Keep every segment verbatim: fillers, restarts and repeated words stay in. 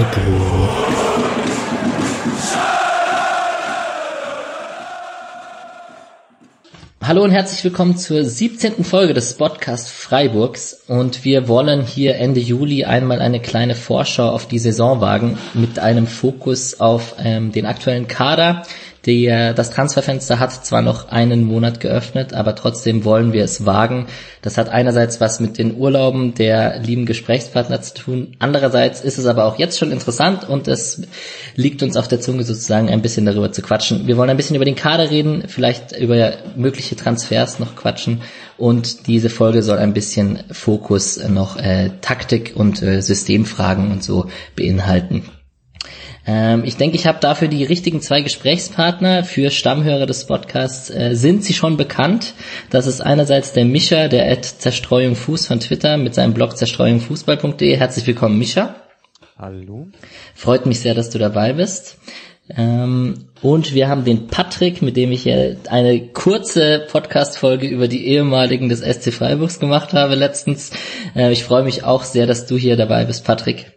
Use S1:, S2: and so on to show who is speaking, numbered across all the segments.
S1: Hallo und herzlich willkommen zur siebzehnten Folge des Podcast Freiburgs, und wir wollen hier Ende Juli einmal eine kleine Vorschau auf die Saison wagen mit einem Fokus auf ähm, den aktuellen Kader. Der, das Transferfenster hat zwar noch einen Monat geöffnet, aber trotzdem wollen wir es wagen. Das hat einerseits was mit den Urlauben der lieben Gesprächspartner zu tun. Andererseits ist es aber auch jetzt schon interessant und es liegt uns auf der Zunge sozusagen ein bisschen darüber zu quatschen. Wir wollen ein bisschen über den Kader reden, vielleicht über mögliche Transfers noch quatschen, und diese Folge soll ein bisschen Fokus noch äh, Taktik und äh, Systemfragen und so beinhalten. Ähm, ich denke, ich habe dafür die richtigen zwei Gesprächspartner. Für Stammhörer des Podcasts äh, sind sie schon bekannt. Das ist einerseits der Mischa, der at Zerstreuung Fuß von Twitter mit seinem Blog zerstreuung fußball punkt de. Herzlich willkommen, Mischa.
S2: Hallo.
S1: Freut mich sehr, dass du dabei bist. Ähm, und wir haben den Patrick, mit dem ich ja eine kurze Podcast-Folge über die ehemaligen des S C Freiburgs gemacht habe letztens. Äh, ich freue mich auch sehr, dass du hier dabei bist, Patrick.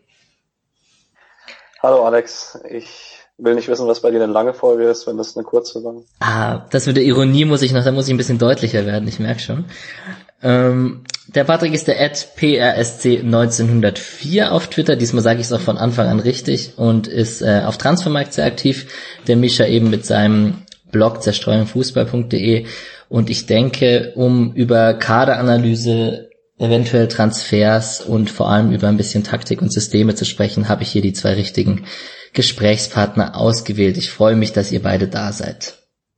S3: Hallo Alex, ich will nicht wissen, was bei dir eine lange Folge ist, wenn das eine kurze war.
S1: Ah, das mit der Ironie muss ich noch, da muss ich ein bisschen deutlicher werden, ich merke schon. Ähm, der Patrick ist der at P R S C neunzehnhundertvier auf Twitter, diesmal sage ich es auch von Anfang an richtig, und ist äh, auf Transfermarkt sehr aktiv. Der Mischa eben mit seinem Blog zerstreuung fußball punkt de, und ich denke, um über Kaderanalyse, eventuell Transfers und vor allem über ein bisschen Taktik und Systeme zu sprechen, habe ich hier die zwei richtigen Gesprächspartner ausgewählt. Ich freue mich, dass ihr beide da seid.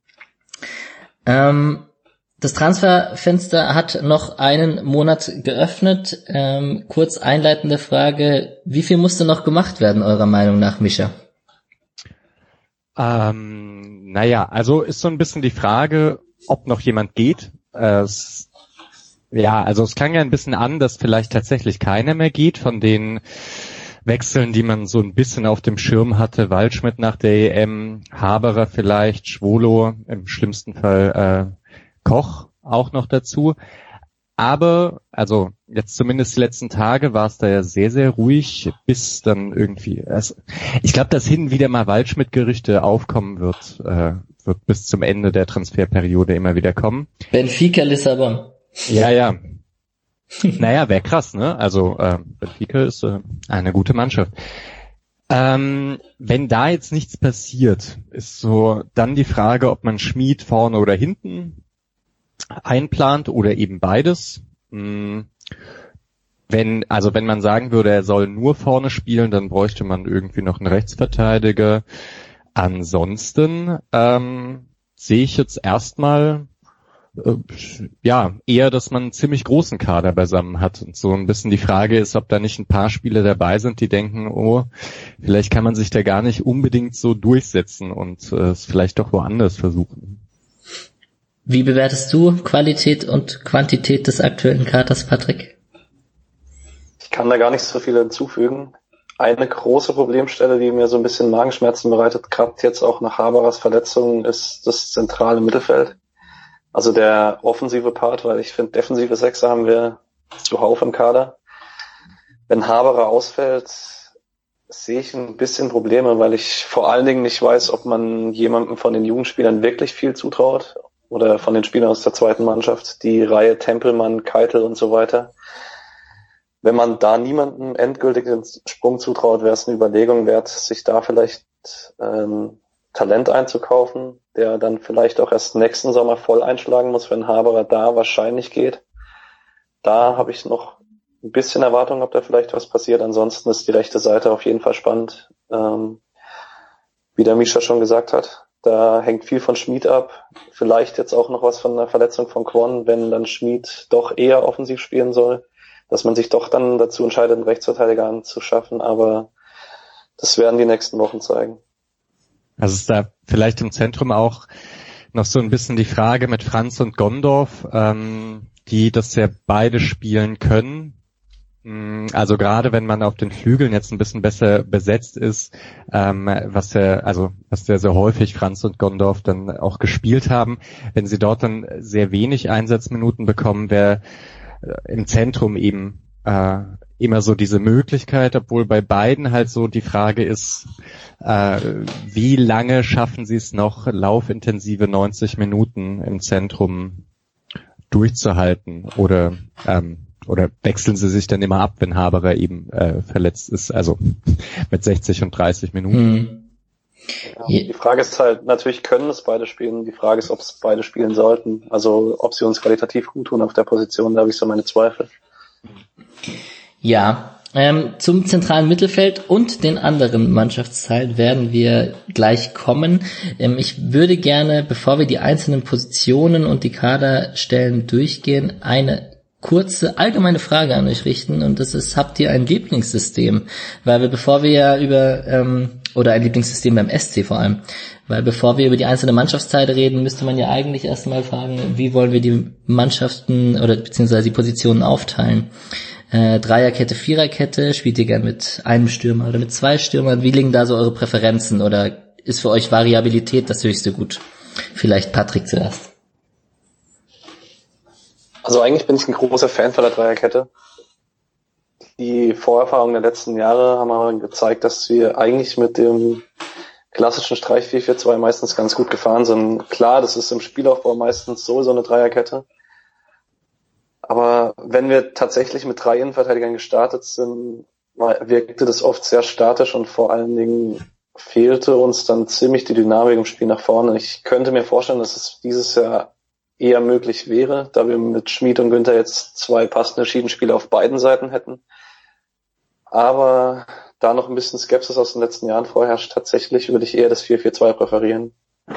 S1: Ähm, das Transferfenster hat noch einen Monat geöffnet. Ähm, kurz einleitende Frage: Wie viel musste noch gemacht werden, eurer Meinung nach, Mischa?
S2: Ähm, naja, also ist so ein bisschen die Frage, ob noch jemand geht. Äh, es Ja, also es klang ja ein bisschen an, dass vielleicht tatsächlich keiner mehr geht von den Wechseln, die man so ein bisschen auf dem Schirm hatte. Waldschmidt nach der E M, Haberer vielleicht, Schwolo, im schlimmsten Fall äh, Koch auch noch dazu. Aber, also jetzt zumindest die letzten Tage war es da ja sehr, sehr ruhig, bis dann irgendwie, also, ich glaube, dass hin und wieder mal Waldschmidt-Gerüchte aufkommen wird, äh, wird bis zum Ende der Transferperiode immer wieder kommen.
S1: Benfica Lissabon.
S2: Ja, ja. Naja, wäre krass, ne? Also äh, Benfica ist äh, eine gute Mannschaft. Ähm, wenn da jetzt nichts passiert, ist so dann die Frage, ob man Schmid vorne oder hinten einplant oder eben beides. Hm. Wenn, also wenn man sagen würde, er soll nur vorne spielen, dann bräuchte man irgendwie noch einen Rechtsverteidiger. Ansonsten ähm, sehe ich jetzt erstmal ja, eher, dass man einen ziemlich großen Kader beisammen hat. Und so ein bisschen die Frage ist, ob da nicht ein paar Spieler dabei sind, die denken, oh, vielleicht kann man sich da gar nicht unbedingt so durchsetzen und äh, es vielleicht doch woanders versuchen.
S1: Wie bewertest du Qualität und Quantität des aktuellen Kaders, Patrick?
S3: Ich kann da gar nicht so viel hinzufügen. Eine große Problemstelle, die mir so ein bisschen Magenschmerzen bereitet, gerade jetzt auch nach Haberers Verletzung, ist das zentrale Mittelfeld. Also der offensive Part, weil ich finde, defensive Sechser haben wir zuhauf im Kader. Wenn Haberer ausfällt, sehe ich ein bisschen Probleme, weil ich vor allen Dingen nicht weiß, ob man jemandem von den Jugendspielern wirklich viel zutraut oder von den Spielern aus der zweiten Mannschaft, die Reihe Tempelmann, Keitel und so weiter. Wenn man da niemandem endgültig den Sprung zutraut, wäre es eine Überlegung wert, sich da vielleicht ähm, Talent einzukaufen, der dann vielleicht auch erst nächsten Sommer voll einschlagen muss, wenn Haberer da wahrscheinlich geht. Da habe ich noch ein bisschen Erwartung, ob da vielleicht was passiert. Ansonsten ist die rechte Seite auf jeden Fall spannend. Ähm, wie der Mischa schon gesagt hat, da hängt viel von Schmid ab. Vielleicht jetzt auch noch was von der Verletzung von Kwon, wenn dann Schmid doch eher offensiv spielen soll, dass man sich doch dann dazu entscheidet, einen Rechtsverteidiger anzuschaffen. Aber das werden die nächsten Wochen zeigen.
S2: Also ist da vielleicht im Zentrum auch noch so ein bisschen die Frage mit Franz und Gondorf, ähm, die das ja beide spielen können. Also gerade wenn man auf den Flügeln jetzt ein bisschen besser besetzt ist, ähm, was ja, also was ja sehr häufig Franz und Gondorf dann auch gespielt haben, wenn sie dort dann sehr wenig Einsatzminuten bekommen, wäre im Zentrum eben äh, immer so diese Möglichkeit, obwohl bei beiden halt so die Frage ist, äh, wie lange schaffen sie es noch, laufintensive neunzig Minuten im Zentrum durchzuhalten, oder ähm, oder wechseln sie sich dann immer ab, wenn Haberer eben äh, verletzt ist, also mit sechzig und dreißig Minuten.
S1: Hm.
S3: Ja, die Frage ist halt, natürlich können es beide spielen, die Frage ist, ob es beide spielen sollten, also ob sie uns qualitativ gut tun auf der Position, da habe ich so meine Zweifel.
S1: Ja, ähm, zum zentralen Mittelfeld und den anderen Mannschaftsteilen werden wir gleich kommen. Ähm, ich würde gerne, bevor wir die einzelnen Positionen und die Kaderstellen durchgehen, eine kurze allgemeine Frage an euch richten, und das ist: Habt ihr ein Lieblingssystem? Weil wir, bevor wir ja über, ähm, oder ein Lieblingssystem beim S C vor allem, weil bevor wir über die einzelnen Mannschaftsteile reden, müsste man ja eigentlich erstmal fragen, wie wollen wir die Mannschaften oder beziehungsweise die Positionen aufteilen? Äh, Dreierkette, Viererkette, spielt ihr gern mit einem Stürmer oder mit zwei Stürmern? Wie liegen da so eure Präferenzen, oder ist für euch Variabilität das höchste Gut? Vielleicht Patrick zuerst.
S3: Also eigentlich bin ich ein großer Fan von der Dreierkette. Die Vorerfahrungen der letzten Jahre haben aber gezeigt, dass wir eigentlich mit dem klassischen Streich vier vier zwei meistens ganz gut gefahren sind. Klar, das ist im Spielaufbau meistens sowieso eine Dreierkette. Aber wenn wir tatsächlich mit drei Innenverteidigern gestartet sind, wirkte das oft sehr statisch und vor allen Dingen fehlte uns dann ziemlich die Dynamik im Spiel nach vorne. Ich könnte mir vorstellen, dass es dieses Jahr eher möglich wäre, da wir mit Schmid und Günther jetzt zwei passende Schiedenspieler auf beiden Seiten hätten. Aber da noch ein bisschen Skepsis aus den letzten Jahren vorherrscht, tatsächlich würde ich eher das vier vier zwei präferieren.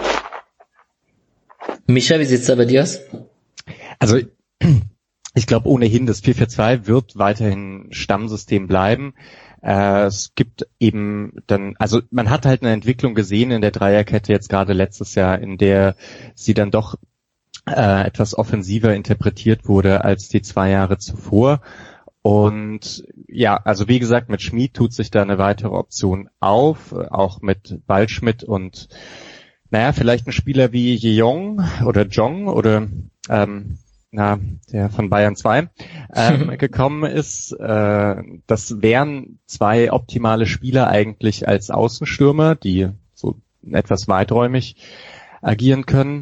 S1: Micha, wie sieht's da bei dir aus?
S2: Also ich glaube ohnehin, das vier vier zwei wird weiterhin Stammsystem bleiben. Äh, es gibt eben dann, also man hat halt eine Entwicklung gesehen in der Dreierkette jetzt gerade letztes Jahr, in der sie dann doch äh, etwas offensiver interpretiert wurde als die zwei Jahre zuvor. Und ja, also wie gesagt, mit Schmid tut sich da eine weitere Option auf, auch mit Waldschmidt und naja, vielleicht ein Spieler wie Jeong oder Jong oder ähm, na, der von Bayern zwei ähm, gekommen ist. Äh, das wären zwei optimale Spieler eigentlich als Außenstürmer, die so etwas weiträumig agieren können.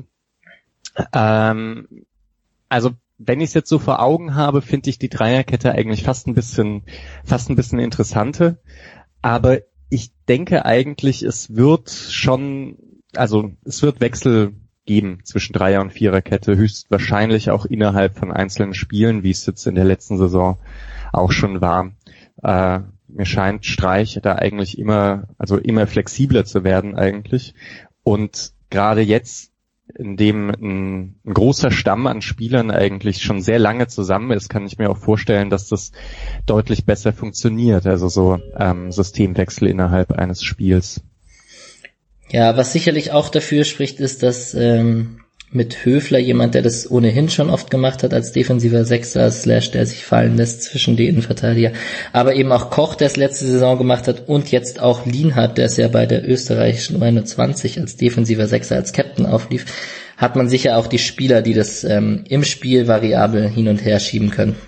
S2: Ähm, also wenn ich es jetzt so vor Augen habe, finde ich die Dreierkette eigentlich fast ein bisschen, fast ein bisschen interessanter. Aber ich denke eigentlich, es wird schon, also es wird Wechsel geben zwischen Dreier- und Viererkette, höchstwahrscheinlich auch innerhalb von einzelnen Spielen, wie es jetzt in der letzten Saison auch schon war. Äh, mir scheint Streich da eigentlich immer, also immer flexibler zu werden eigentlich. Und gerade jetzt, in dem ein, ein großer Stamm an Spielern eigentlich schon sehr lange zusammen ist, kann ich mir auch vorstellen, dass das deutlich besser funktioniert, also so ähm, Systemwechsel innerhalb eines Spiels.
S1: Ja, was sicherlich auch dafür spricht, ist, dass ähm, mit Höfler jemand, der das ohnehin schon oft gemacht hat als defensiver Sechser, slash der sich fallen lässt zwischen die Innenverteidiger, aber eben auch Koch, der es letzte Saison gemacht hat, und jetzt auch Lienhardt, der es ja bei der österreichischen U einundzwanzig als defensiver Sechser, als Captain auflief, hat man sicher auch die Spieler, die das ähm, im Spiel variabel hin und her schieben können.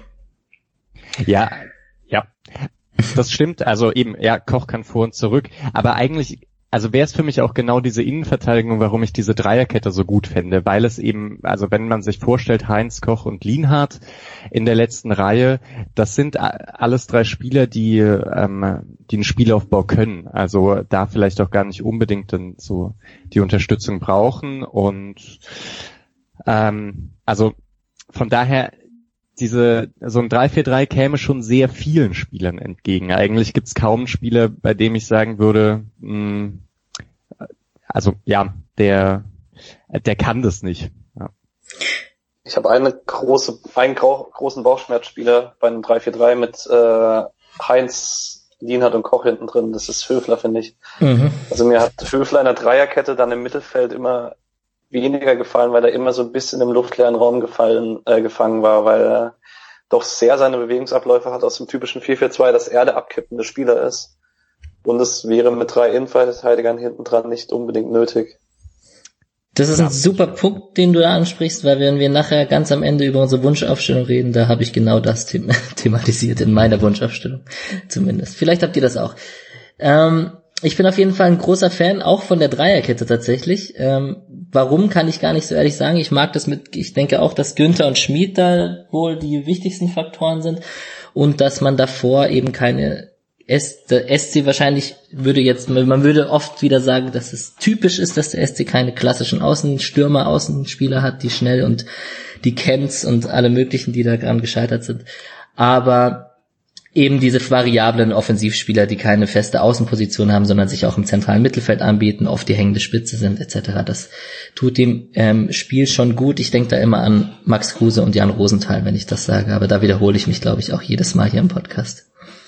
S2: Ja, ja, das stimmt. Also eben, ja, Koch kann vor und zurück, aber eigentlich, also wäre es für mich auch genau diese Innenverteidigung, warum ich diese Dreierkette so gut fände, weil es eben, also wenn man sich vorstellt, Heinz, Koch und Lienhardt in der letzten Reihe, das sind alles drei Spieler, die ähm, die einen Spielaufbau können, also da vielleicht auch gar nicht unbedingt dann so die Unterstützung brauchen, und ähm, also von daher, diese, so ein drei vier drei käme schon sehr vielen Spielern entgegen. Eigentlich gibt's kaum einen Spieler, bei dem ich sagen würde, mh, also ja, der, der kann das nicht. Ja.
S3: Ich habe eine große, einen grau, großen Bauchschmerzspieler bei einem drei vier drei mit äh, Heinz, Lienhardt und Koch hinten drin. Das ist Höfler, finde ich. Mhm. Also mir hat Höfler in der Dreierkette dann im Mittelfeld immer weniger gefallen, weil er immer so ein bisschen im luftleeren Raum gefallen, äh, gefangen war, weil er doch sehr seine Bewegungsabläufe hat aus dem typischen vier vier zwei, dass er der abkippende Spieler ist. Und es wäre mit drei Innenverteidigern hinten dran nicht unbedingt nötig.
S1: Das ist ein super Punkt, den du da ansprichst, weil wenn wir nachher ganz am Ende über unsere Wunschaufstellung reden, da habe ich genau das them- thematisiert in meiner Wunschaufstellung zumindest. Vielleicht habt ihr das auch. Ähm, ich bin auf jeden Fall ein großer Fan, auch von der Dreierkette tatsächlich. Ähm, warum, kann ich gar nicht so ehrlich sagen. Ich mag das mit, ich denke auch, dass Günther und Schmid da wohl die wichtigsten Faktoren sind und dass man davor eben keine S, der S C wahrscheinlich würde jetzt, man würde oft wieder sagen, dass es typisch ist, dass der S C keine klassischen Außenstürmer, Außenspieler hat, die schnell und die Kents und alle möglichen, die daran gescheitert sind. Aber eben diese variablen Offensivspieler, die keine feste Außenposition haben, sondern sich auch im zentralen Mittelfeld anbieten, oft die hängende Spitze sind, et cetera. Das tut dem ähm, Spiel schon gut. Ich denke da immer an Max Kruse und Jan Rosenthal, wenn ich das sage, aber da wiederhole ich mich, glaube ich, auch jedes Mal hier im Podcast.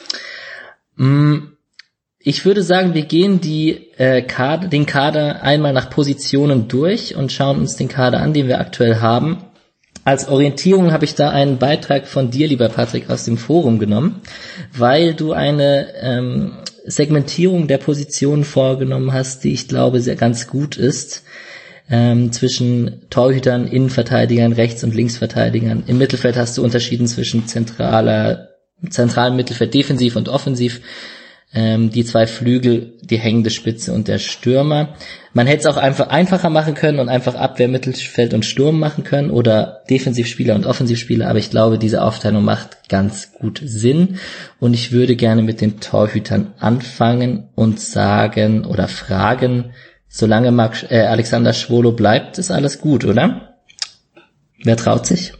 S1: Ich würde sagen, wir gehen die äh, Kader, den Kader einmal nach Positionen durch und schauen uns den Kader an, den wir aktuell haben. Als Orientierung habe ich da einen Beitrag von dir, lieber Patrick, aus dem Forum genommen, weil du eine ähm, Segmentierung der Positionen vorgenommen hast, die ich glaube sehr ganz gut ist, ähm, zwischen Torhütern, Innenverteidigern, Rechts- und Linksverteidigern. Im Mittelfeld hast du unterschieden zwischen zentraler zentralen Mittelfeld, defensiv und offensiv, ähm, die zwei Flügel, die hängende Spitze und der Stürmer. Man hätte es auch einfach einfacher machen können und einfach Abwehr, Mittelfeld und Sturm machen können oder Defensivspieler und Offensivspieler, aber ich glaube, diese Aufteilung macht ganz gut Sinn und ich würde gerne mit den Torhütern anfangen und sagen oder fragen, solange Marc, äh, Alexander Schwolo bleibt, ist alles gut, oder? Wer traut sich?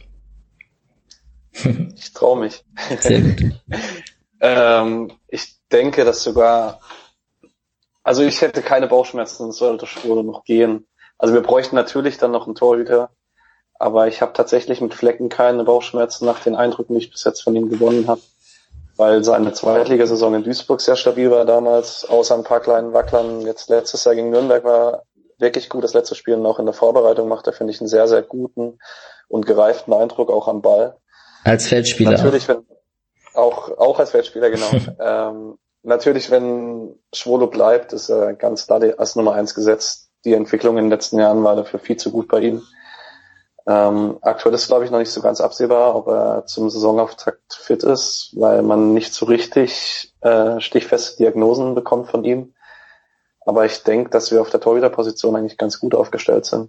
S3: Ich traue mich.
S1: Sehr gut.
S3: ähm, ich denke, dass sogar, also ich hätte keine Bauchschmerzen, sollte Schwolo noch gehen. Also wir bräuchten natürlich dann noch einen Torhüter, aber ich habe tatsächlich mit Flecken keine Bauchschmerzen nach den Eindrücken, die ich bis jetzt von ihm gewonnen habe, weil seine Zweitligasaison in Duisburg sehr stabil war damals, außer ein paar kleinen Wacklern. Jetzt letztes Jahr gegen Nürnberg war wirklich gut, das letzte Spiel, und auch in der Vorbereitung macht er, finde ich, einen sehr, sehr guten und gereiften Eindruck auch am Ball.
S1: Als Feldspieler.
S3: Natürlich, wenn, auch, auch als Feldspieler, genau. ähm, natürlich, wenn Schwolo bleibt, ist er ganz klar als Nummer eins gesetzt. Die Entwicklung in den letzten Jahren war dafür viel zu gut bei ihm. Ähm, aktuell ist, glaube ich, noch nicht so ganz absehbar, ob er zum Saisonauftakt fit ist, weil man nicht so richtig äh, stichfeste Diagnosen bekommt von ihm. Aber ich denke, dass wir auf der Torhüterposition eigentlich ganz gut aufgestellt sind.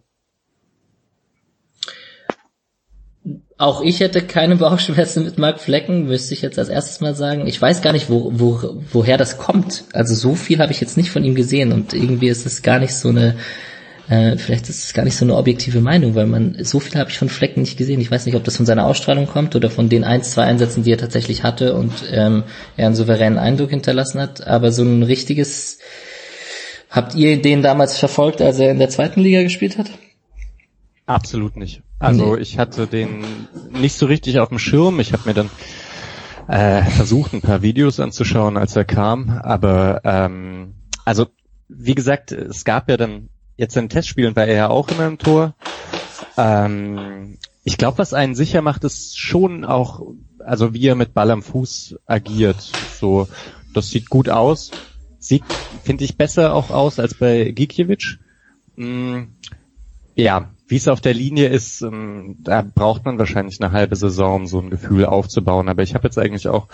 S1: Auch ich hätte keine Bauchschmerzen mit Marc Flecken, müsste ich jetzt als erstes mal sagen. Ich weiß gar nicht, wo, wo, woher das kommt. Also so viel habe ich jetzt nicht von ihm gesehen und irgendwie ist es gar nicht so eine, äh, vielleicht ist es gar nicht so eine objektive Meinung, weil man, so viel habe ich von Flecken nicht gesehen. Ich weiß nicht, ob das von seiner Ausstrahlung kommt oder von den ein, zwei Einsätzen, die er tatsächlich hatte und ähm, er einen souveränen Eindruck hinterlassen hat. Aber so ein richtiges, habt ihr den damals verfolgt, als er in der zweiten Liga gespielt hat?
S2: Absolut nicht. Also ich hatte den nicht so richtig auf dem Schirm. Ich habe mir dann äh, versucht, ein paar Videos anzuschauen, als er kam. Aber ähm, also wie gesagt, es gab ja dann jetzt in Testspielen war er ja auch immer im Tor. Ähm, ich glaube, was einen sicher macht, ist schon auch, also wie er mit Ball am Fuß agiert. So, das sieht gut aus. Sieht, finde ich, besser auch aus als bei Gikiewicz. Mm, ja. Wie es auf der Linie ist, ähm, da braucht man wahrscheinlich eine halbe Saison, um so ein Gefühl aufzubauen. Aber ich habe jetzt eigentlich auch,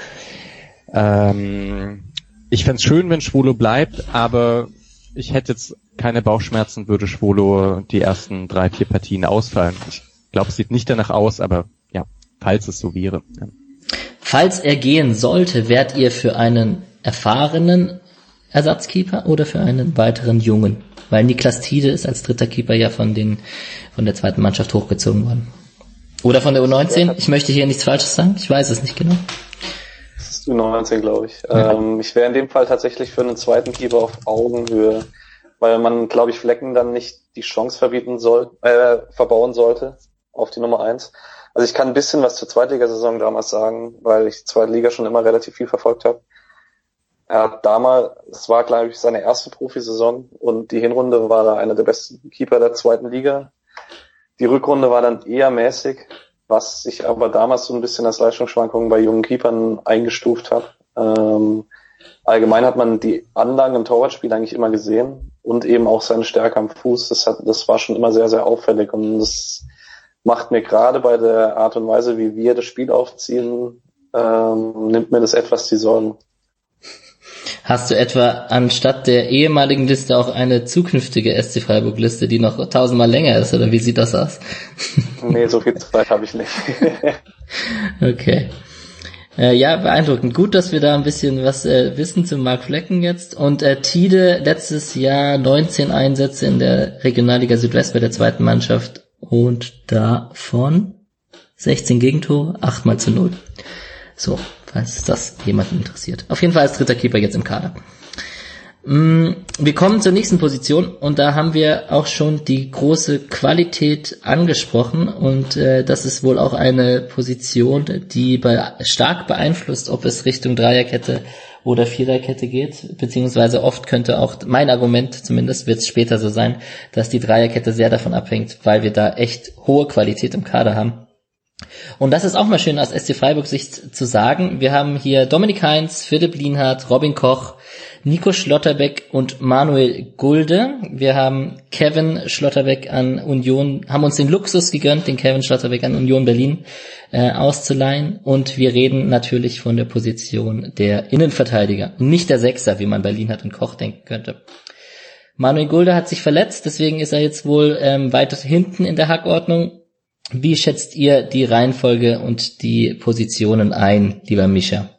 S2: ähm, ich fänd's schön, wenn Schwolo bleibt, aber ich hätte jetzt keine Bauchschmerzen, würde Schwolo die ersten drei, vier Partien ausfallen. Ich glaube, es sieht nicht danach aus, aber ja, falls es so wäre. Ja.
S1: Falls er gehen sollte, wärt ihr für einen erfahrenen Ersatzkeeper oder für einen weiteren Jungen? Weil Niklas Tiede ist als dritter Keeper ja von den von der zweiten Mannschaft hochgezogen worden. Oder von der U neunzehn? Ich möchte hier nichts Falsches sagen, ich weiß es nicht genau.
S3: Das ist U neunzehn, glaube ich. Ja. Ähm, ich wäre in dem Fall tatsächlich für einen zweiten Keeper auf Augenhöhe, weil man, glaube ich, Flecken dann nicht die Chance verbieten soll, äh, verbauen sollte auf die Nummer eins. Also ich kann ein bisschen was zur Zweitligasaison damals sagen, weil ich die zweite Liga schon immer relativ viel verfolgt habe. Er hat damals, es war, glaube ich, seine erste Profisaison und die Hinrunde war da einer der besten Keeper der zweiten Liga. Die Rückrunde war dann eher mäßig, was sich aber damals so ein bisschen als Leistungsschwankungen bei jungen Keepern eingestuft hat. Ähm, allgemein hat man die Anlagen im Torwartspiel eigentlich immer gesehen und eben auch seine Stärke am Fuß. Das hat, das war schon immer sehr, sehr auffällig und das macht mir gerade bei der Art und Weise, wie wir das Spiel aufziehen, ähm, nimmt mir das etwas die Sorgen.
S1: Hast du etwa anstatt der ehemaligen Liste auch eine zukünftige S C Freiburg-Liste, die noch tausendmal länger ist, oder wie sieht das aus?
S3: Nee, so viel Zeit habe ich nicht.
S1: Okay. Äh, ja, beeindruckend. Gut, dass wir da ein bisschen was äh, wissen zu Marc Flecken jetzt. Und äh, Tide letztes Jahr neunzehn Einsätze in der Regionalliga Südwest bei der zweiten Mannschaft und davon sechzehn Gegentore, acht mal zu null. So, falls das jemanden interessiert. Auf jeden Fall als dritter Keeper jetzt im Kader. Wir kommen zur nächsten Position und da haben wir auch schon die große Qualität angesprochen und äh, das ist wohl auch eine Position, die bei, stark beeinflusst, ob es Richtung Dreierkette oder Viererkette geht, beziehungsweise oft könnte auch, mein Argument zumindest wird es später so sein, dass die Dreierkette sehr davon abhängt, weil wir da echt hohe Qualität im Kader haben. Und das ist auch mal schön aus S C Freiburg Sicht zu sagen. Wir haben hier Dominik Heinz, Philipp Lienhardt, Robin Koch, Nico Schlotterbeck und Manuel Gulde. Wir haben Kevin Schlotterbeck an Union, haben uns den Luxus gegönnt, den Kevin Schlotterbeck an Union Berlin äh, auszuleihen. Und wir reden natürlich von der Position der Innenverteidiger, nicht der Sechser, wie man bei Lienhardt und Koch denken könnte. Manuel Gulde hat sich verletzt, deswegen ist er jetzt wohl ähm, weiter hinten in der Hackordnung. Wie schätzt ihr die Reihenfolge und die Positionen ein, lieber Mischa?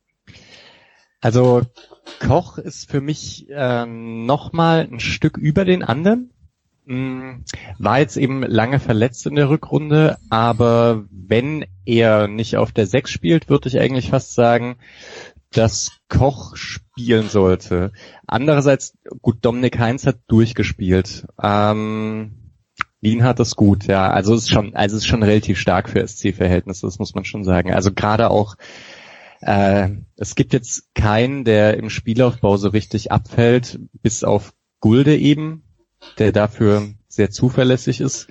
S2: Also Koch ist für mich ähm, nochmal ein Stück über den anderen. Hm, war jetzt eben lange verletzt in der Rückrunde, aber wenn er nicht auf der sechs spielt, würde ich eigentlich fast sagen, dass Koch spielen sollte. Andererseits, gut, Dominik Heinz hat durchgespielt. Ähm, Lienhardt ist gut, ja. Also es ist schon, also es ist schon relativ stark für S C-Verhältnisse, das muss man schon sagen. Also gerade auch, äh, es gibt jetzt keinen, der im Spielaufbau so richtig abfällt, bis auf Gulde eben, der dafür sehr zuverlässig ist.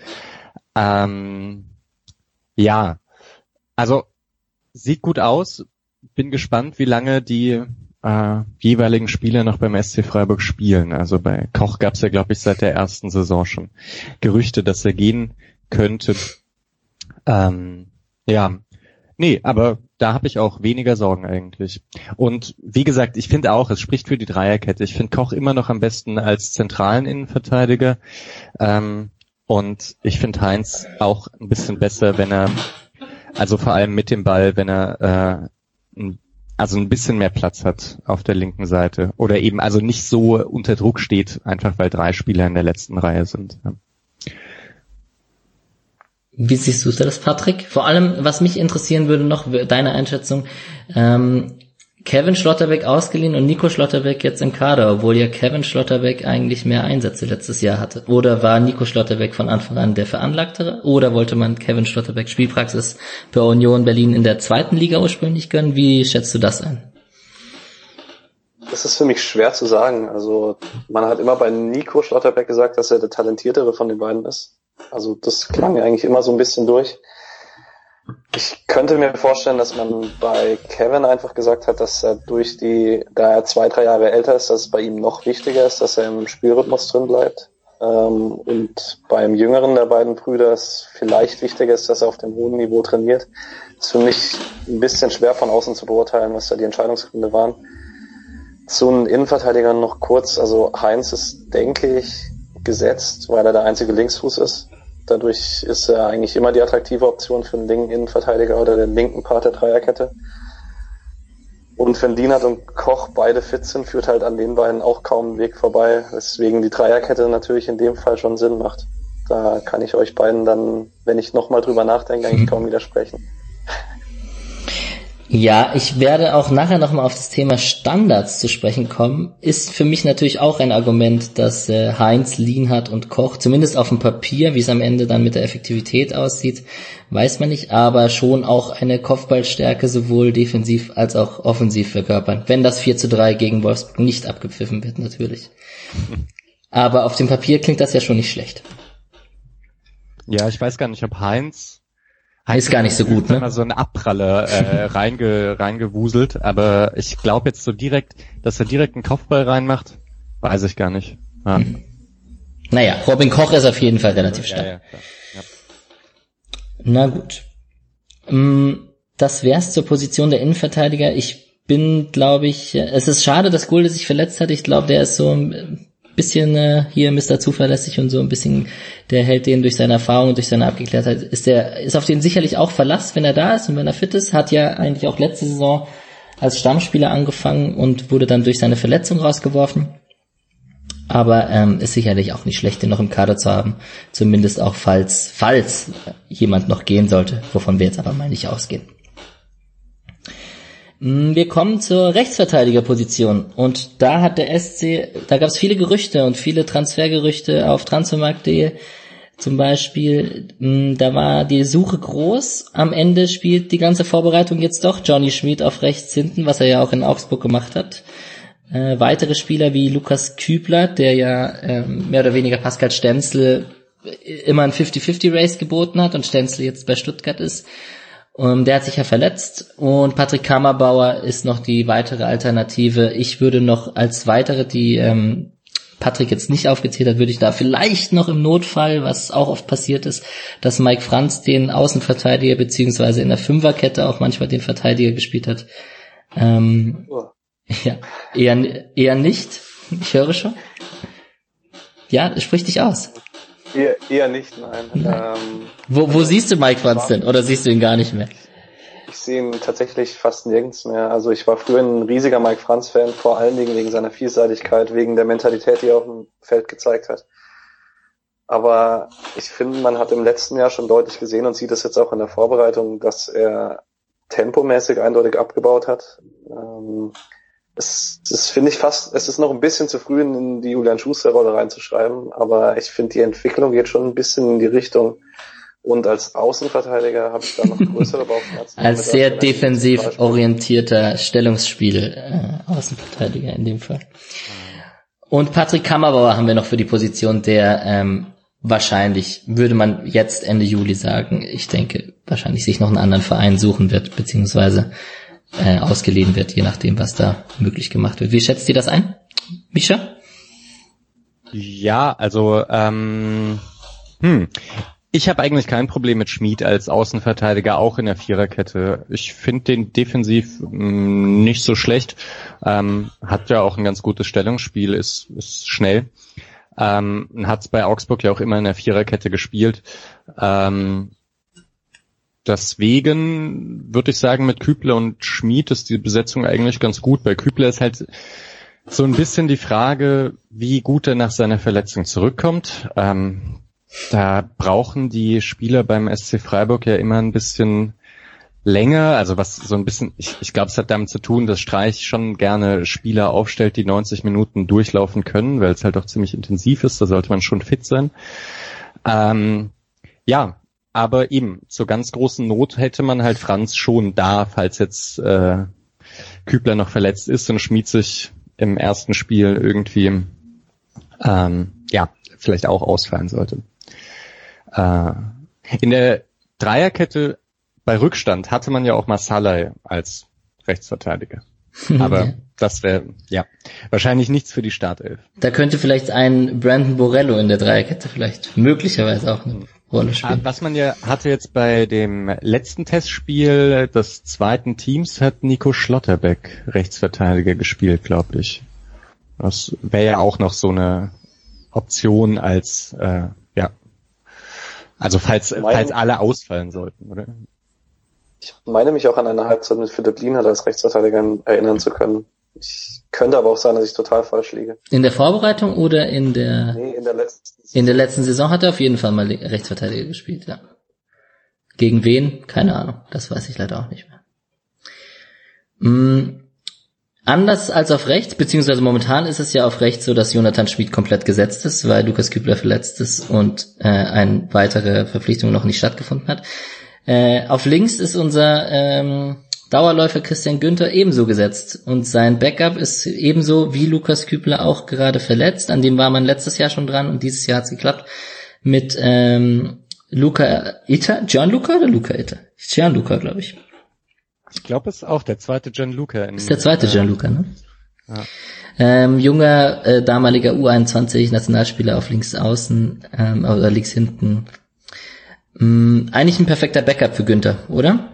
S2: Ähm, ja, also sieht gut aus. Bin gespannt, wie lange die äh, jeweiligen Spieler noch beim S C Freiburg spielen. Also bei Koch gab es ja, glaube ich, seit der ersten Saison schon Gerüchte, dass er gehen könnte. Ähm, ja, nee, aber da habe ich auch weniger Sorgen eigentlich. Und wie gesagt, ich finde auch, es spricht für die Dreierkette. Ich finde Koch immer noch am besten als zentralen Innenverteidiger. Ähm, und ich finde Heinz auch ein bisschen besser, wenn er, also vor allem mit dem Ball, wenn er äh, ein also ein bisschen mehr Platz hat auf der linken Seite oder eben also nicht so unter Druck steht, einfach weil drei Spieler in der letzten Reihe sind. Ja.
S1: Wie siehst du das, Patrick? Vor allem, was mich interessieren würde noch, deine Einschätzung, ähm, Kevin Schlotterbeck ausgeliehen und Nico Schlotterbeck jetzt im Kader, obwohl ja Kevin Schlotterbeck eigentlich mehr Einsätze letztes Jahr hatte. Oder war Nico Schlotterbeck von Anfang an der Veranlagtere? Oder wollte man Kevin Schlotterbeck Spielpraxis bei Union Berlin in der zweiten Liga ursprünglich gönnen? Wie schätzt du das ein?
S3: Das ist für mich schwer zu sagen. Also man hat immer bei Nico Schlotterbeck gesagt, dass er der talentiertere von den beiden ist. Also das klang eigentlich immer so ein bisschen durch. Ich könnte mir vorstellen, dass man bei Kevin einfach gesagt hat, dass er durch die, da er zwei, drei Jahre älter ist, dass es bei ihm noch wichtiger ist, dass er im Spielrhythmus drin bleibt. Ähm, und beim jüngeren der beiden Brüder es vielleicht wichtiger ist, dass er auf dem hohen Niveau trainiert. Das ist für mich ein bisschen schwer von außen zu beurteilen, was da die Entscheidungsgründe waren. Zu den Innenverteidigern noch kurz. Also Heinz ist, denke ich, gesetzt, weil er der einzige Linksfuß ist. Dadurch ist er eigentlich immer die attraktive Option für den linken Innenverteidiger oder den linken Part der Dreierkette. Und wenn Lienhardt und Koch beide fit sind, führt halt an den beiden auch kaum ein Weg vorbei, weswegen die Dreierkette natürlich in dem Fall schon Sinn macht. Da kann ich euch beiden dann, wenn ich nochmal drüber nachdenke, eigentlich kaum widersprechen.
S1: Ja, ich werde auch nachher nochmal auf das Thema Standards zu sprechen kommen. Ist für mich natürlich auch ein Argument, dass äh, Heinz, Lienhardt und Koch, zumindest auf dem Papier, wie es am Ende dann mit der Effektivität aussieht, weiß man nicht, aber schon auch eine Kopfballstärke sowohl defensiv als auch offensiv verkörpern. Wenn das vier zu drei gegen Wolfsburg nicht abgepfiffen wird, natürlich. Aber auf dem Papier klingt das ja schon nicht schlecht.
S2: Ja, ich weiß gar nicht, ob Heinz
S1: Ist gar nicht so gut, ne?
S2: Mal so ein Abpraller äh, reinge, reingewuselt, aber ich glaube jetzt so direkt, dass er direkt einen Kopfball reinmacht, weiß ich gar nicht. Ja.
S1: Hm. Naja, Robin Koch ist auf jeden Fall relativ stark. Ja, ja, klar. Ja. Na gut. Das wär's zur Position der Innenverteidiger. Ich bin, glaube ich, es ist schade, dass Gulde sich verletzt hat. Ich glaube, der ist so ein bisschen äh, hier Mister Zuverlässig und so ein bisschen, der hält den durch seine Erfahrung und durch seine Abgeklärtheit. Ist der, ist auf den sicherlich auch Verlass, wenn er da ist und wenn er fit ist. Hat ja eigentlich auch letzte Saison als Stammspieler angefangen und wurde dann durch seine Verletzung rausgeworfen. Aber ähm, ist sicherlich auch nicht schlecht, den noch im Kader zu haben. Zumindest auch, falls falls jemand noch gehen sollte, wovon wir jetzt aber mal nicht ausgehen. Wir kommen zur Rechtsverteidigerposition. Und da hat der S C, da gab es viele Gerüchte und viele Transfergerüchte auf transfermarkt punkt de zum Beispiel. Da war die Suche groß. Am Ende spielt die ganze Vorbereitung jetzt doch Johnny Schmid auf rechts hinten, was er ja auch in Augsburg gemacht hat. Äh, weitere Spieler wie Lukas Kübler, der ja ähm, mehr oder weniger Pascal Stenzel immer ein fifty-fifty-Race geboten hat und Stenzel jetzt bei Stuttgart ist. Um, der hat sich ja verletzt und Patrick Kammerbauer ist noch die weitere Alternative. Ich würde noch als weitere, die ähm, Patrick jetzt nicht aufgezählt hat, würde ich da vielleicht noch im Notfall, was auch oft passiert ist, dass Mike Franz den Außenverteidiger beziehungsweise in der Fünferkette auch manchmal den Verteidiger gespielt hat. Ähm, oh. Ja, eher, eher nicht. Ich höre schon. Ja, sprich dich aus.
S3: Eher, eher nicht, nein.
S1: nein. Ähm, wo, wo siehst du Mike Franz denn? Oder siehst du ihn gar nicht mehr?
S3: Ich sehe ihn tatsächlich fast nirgends mehr. Also ich war früher ein riesiger Mike Franz-Fan, vor allen Dingen wegen seiner Vielseitigkeit, wegen der Mentalität, die er auf dem Feld gezeigt hat. Aber ich finde, man hat im letzten Jahr schon deutlich gesehen und sieht das jetzt auch in der Vorbereitung, dass er tempomäßig eindeutig abgebaut hat. Ähm, Es, das finde ich fast, es ist noch ein bisschen zu früh in die Julian Schuster-Rolle reinzuschreiben, aber ich finde, die Entwicklung geht schon ein bisschen in die Richtung. Und als Außenverteidiger habe ich da noch größere Bauchschmerzen.
S1: Als sehr defensiv orientierter Stellungsspiel äh, Außenverteidiger in dem Fall. Und Patrick Kammerbauer haben wir noch für die Position, der ähm, wahrscheinlich, würde man jetzt Ende Juli sagen, ich denke, wahrscheinlich sich noch einen anderen Verein suchen wird, beziehungsweise Äh, ausgeliehen wird, je nachdem, was da möglich gemacht wird. Wie schätzt ihr das ein, Mischa?
S2: Ja, also ähm, hm, ich habe eigentlich kein Problem mit Schmid als Außenverteidiger, auch in der Viererkette. Ich finde den defensiv mh, nicht so schlecht. Ähm, hat ja auch ein ganz gutes Stellungsspiel, ist, ist schnell. Ähm, hat es bei Augsburg ja auch immer in der Viererkette gespielt. Ähm, Deswegen würde ich sagen, mit Kübler und Schmid ist die Besetzung eigentlich ganz gut. Bei Kübler ist halt so ein bisschen die Frage, wie gut er nach seiner Verletzung zurückkommt. Ähm, da brauchen die Spieler beim S C Freiburg ja immer ein bisschen länger. Also was so ein bisschen, ich, ich glaube, es hat damit zu tun, dass Streich schon gerne Spieler aufstellt, die neunzig Minuten durchlaufen können, weil es halt auch ziemlich intensiv ist. Da sollte man schon fit sein. Ähm, ja, aber eben, zur ganz großen Not hätte man halt Franz schon da, falls jetzt äh, Kübler noch verletzt ist und Schmid sich im ersten Spiel irgendwie ähm, ja vielleicht auch ausfallen sollte. Äh, in der Dreierkette bei Rückstand hatte man ja auch mal Salai als Rechtsverteidiger. Aber ja. Das wäre ja wahrscheinlich nichts für die Startelf.
S1: Da könnte vielleicht ein Brandon Borello in der Dreierkette vielleicht möglicherweise auch eine Rolle spielen.
S2: Was man ja hatte jetzt bei dem letzten Testspiel des zweiten Teams, hat Nico Schlotterbeck Rechtsverteidiger gespielt, glaube ich. Das wäre ja auch noch so eine Option als äh, ja, also falls meine, falls alle ausfallen sollten, oder?
S3: Ich meine mich auch an eine Halbzeit mit Philipp Lienhardt als Rechtsverteidiger erinnern zu können. Ich könnte aber auch sein, dass ich total falsch liege.
S1: In der Vorbereitung oder in der...
S3: Nee, in der letzten
S1: Saison. In der letzten Saison hat er auf jeden Fall mal Rechtsverteidiger gespielt, ja. Gegen wen? Keine Ahnung. Das weiß ich leider auch nicht mehr. Mm, anders als auf rechts, beziehungsweise momentan ist es ja auf rechts so, dass Jonathan Schmid komplett gesetzt ist, weil Lukas Kübler verletzt ist und äh, eine weitere Verpflichtung noch nicht stattgefunden hat. Äh, auf links ist unser ähm, Dauerläufer Christian Günther ebenso gesetzt und sein Backup ist ebenso wie Lukas Kübler auch gerade verletzt. An dem war man letztes Jahr schon dran und dieses Jahr hat's geklappt mit ähm, Luca Itta, Gianluca oder Luca Itta? Gianluca, glaube ich.
S2: Ich glaube, es ist auch der zweite Gianluca. In,
S1: ist der zweite
S2: äh,
S1: Gianluca, ne?
S2: Ja.
S1: Ähm, junger, äh, damaliger U einundzwanzig Nationalspieler auf links außen, ähm, oder links hinten. Ähm, eigentlich ein perfekter Backup für Günther, oder?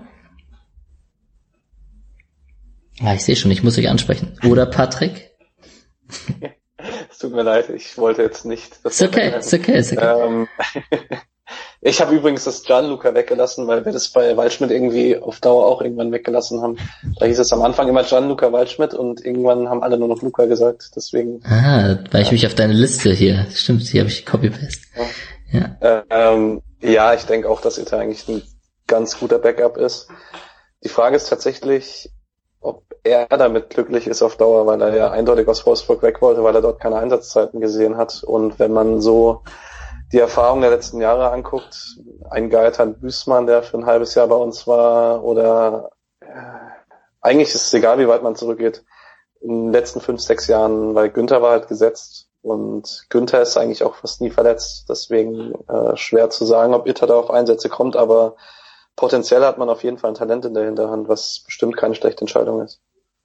S1: Ah, ich sehe schon, ich muss euch ansprechen. Oder Patrick?
S3: Es tut mir leid, ich wollte jetzt nicht.
S1: Ist okay, ist okay, ist okay.
S3: Ähm, ich habe übrigens das Gianluca weggelassen, weil wir das bei Waldschmidt irgendwie auf Dauer auch irgendwann weggelassen haben. Da hieß es am Anfang immer Gianluca Waldschmidt und irgendwann haben alle nur noch Luca gesagt, deswegen.
S1: Ah, weil ich mich auf deine Liste hier, stimmt, hier habe ich Copy-Paste.
S3: Ja, ja. Ähm, ja ich denke auch, dass Itta eigentlich ein ganz guter Backup ist. Die Frage ist tatsächlich, ob er damit glücklich ist auf Dauer, weil er ja eindeutig aus Wolfsburg weg wollte, weil er dort keine Einsatzzeiten gesehen hat. Und wenn man so die Erfahrung der letzten Jahre anguckt, ein Gaetan Büßmann, der für ein halbes Jahr bei uns war, oder äh, eigentlich ist es egal, wie weit man zurückgeht, in den letzten fünf, sechs Jahren, weil Günther war halt gesetzt und Günther ist eigentlich auch fast nie verletzt. Deswegen äh, schwer zu sagen, ob Itta da auf Einsätze kommt, aber potenziell hat man auf jeden Fall ein Talent in der Hinterhand, was bestimmt keine schlechte Entscheidung ist.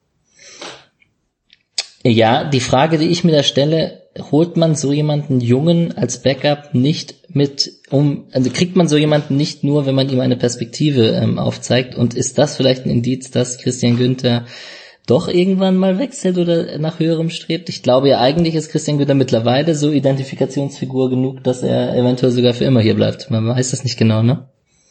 S1: Ja, die Frage, die ich mir da stelle, holt man so jemanden Jungen als Backup nicht mit, um, also kriegt man so jemanden nicht nur, wenn man ihm eine Perspektive ähm, aufzeigt, und ist das vielleicht ein Indiz, dass Christian Günther doch irgendwann mal wechselt oder nach höherem strebt? Ich glaube ja, eigentlich ist Christian Günther mittlerweile so Identifikationsfigur genug, dass er eventuell sogar für immer hier bleibt. Man weiß das nicht genau, ne?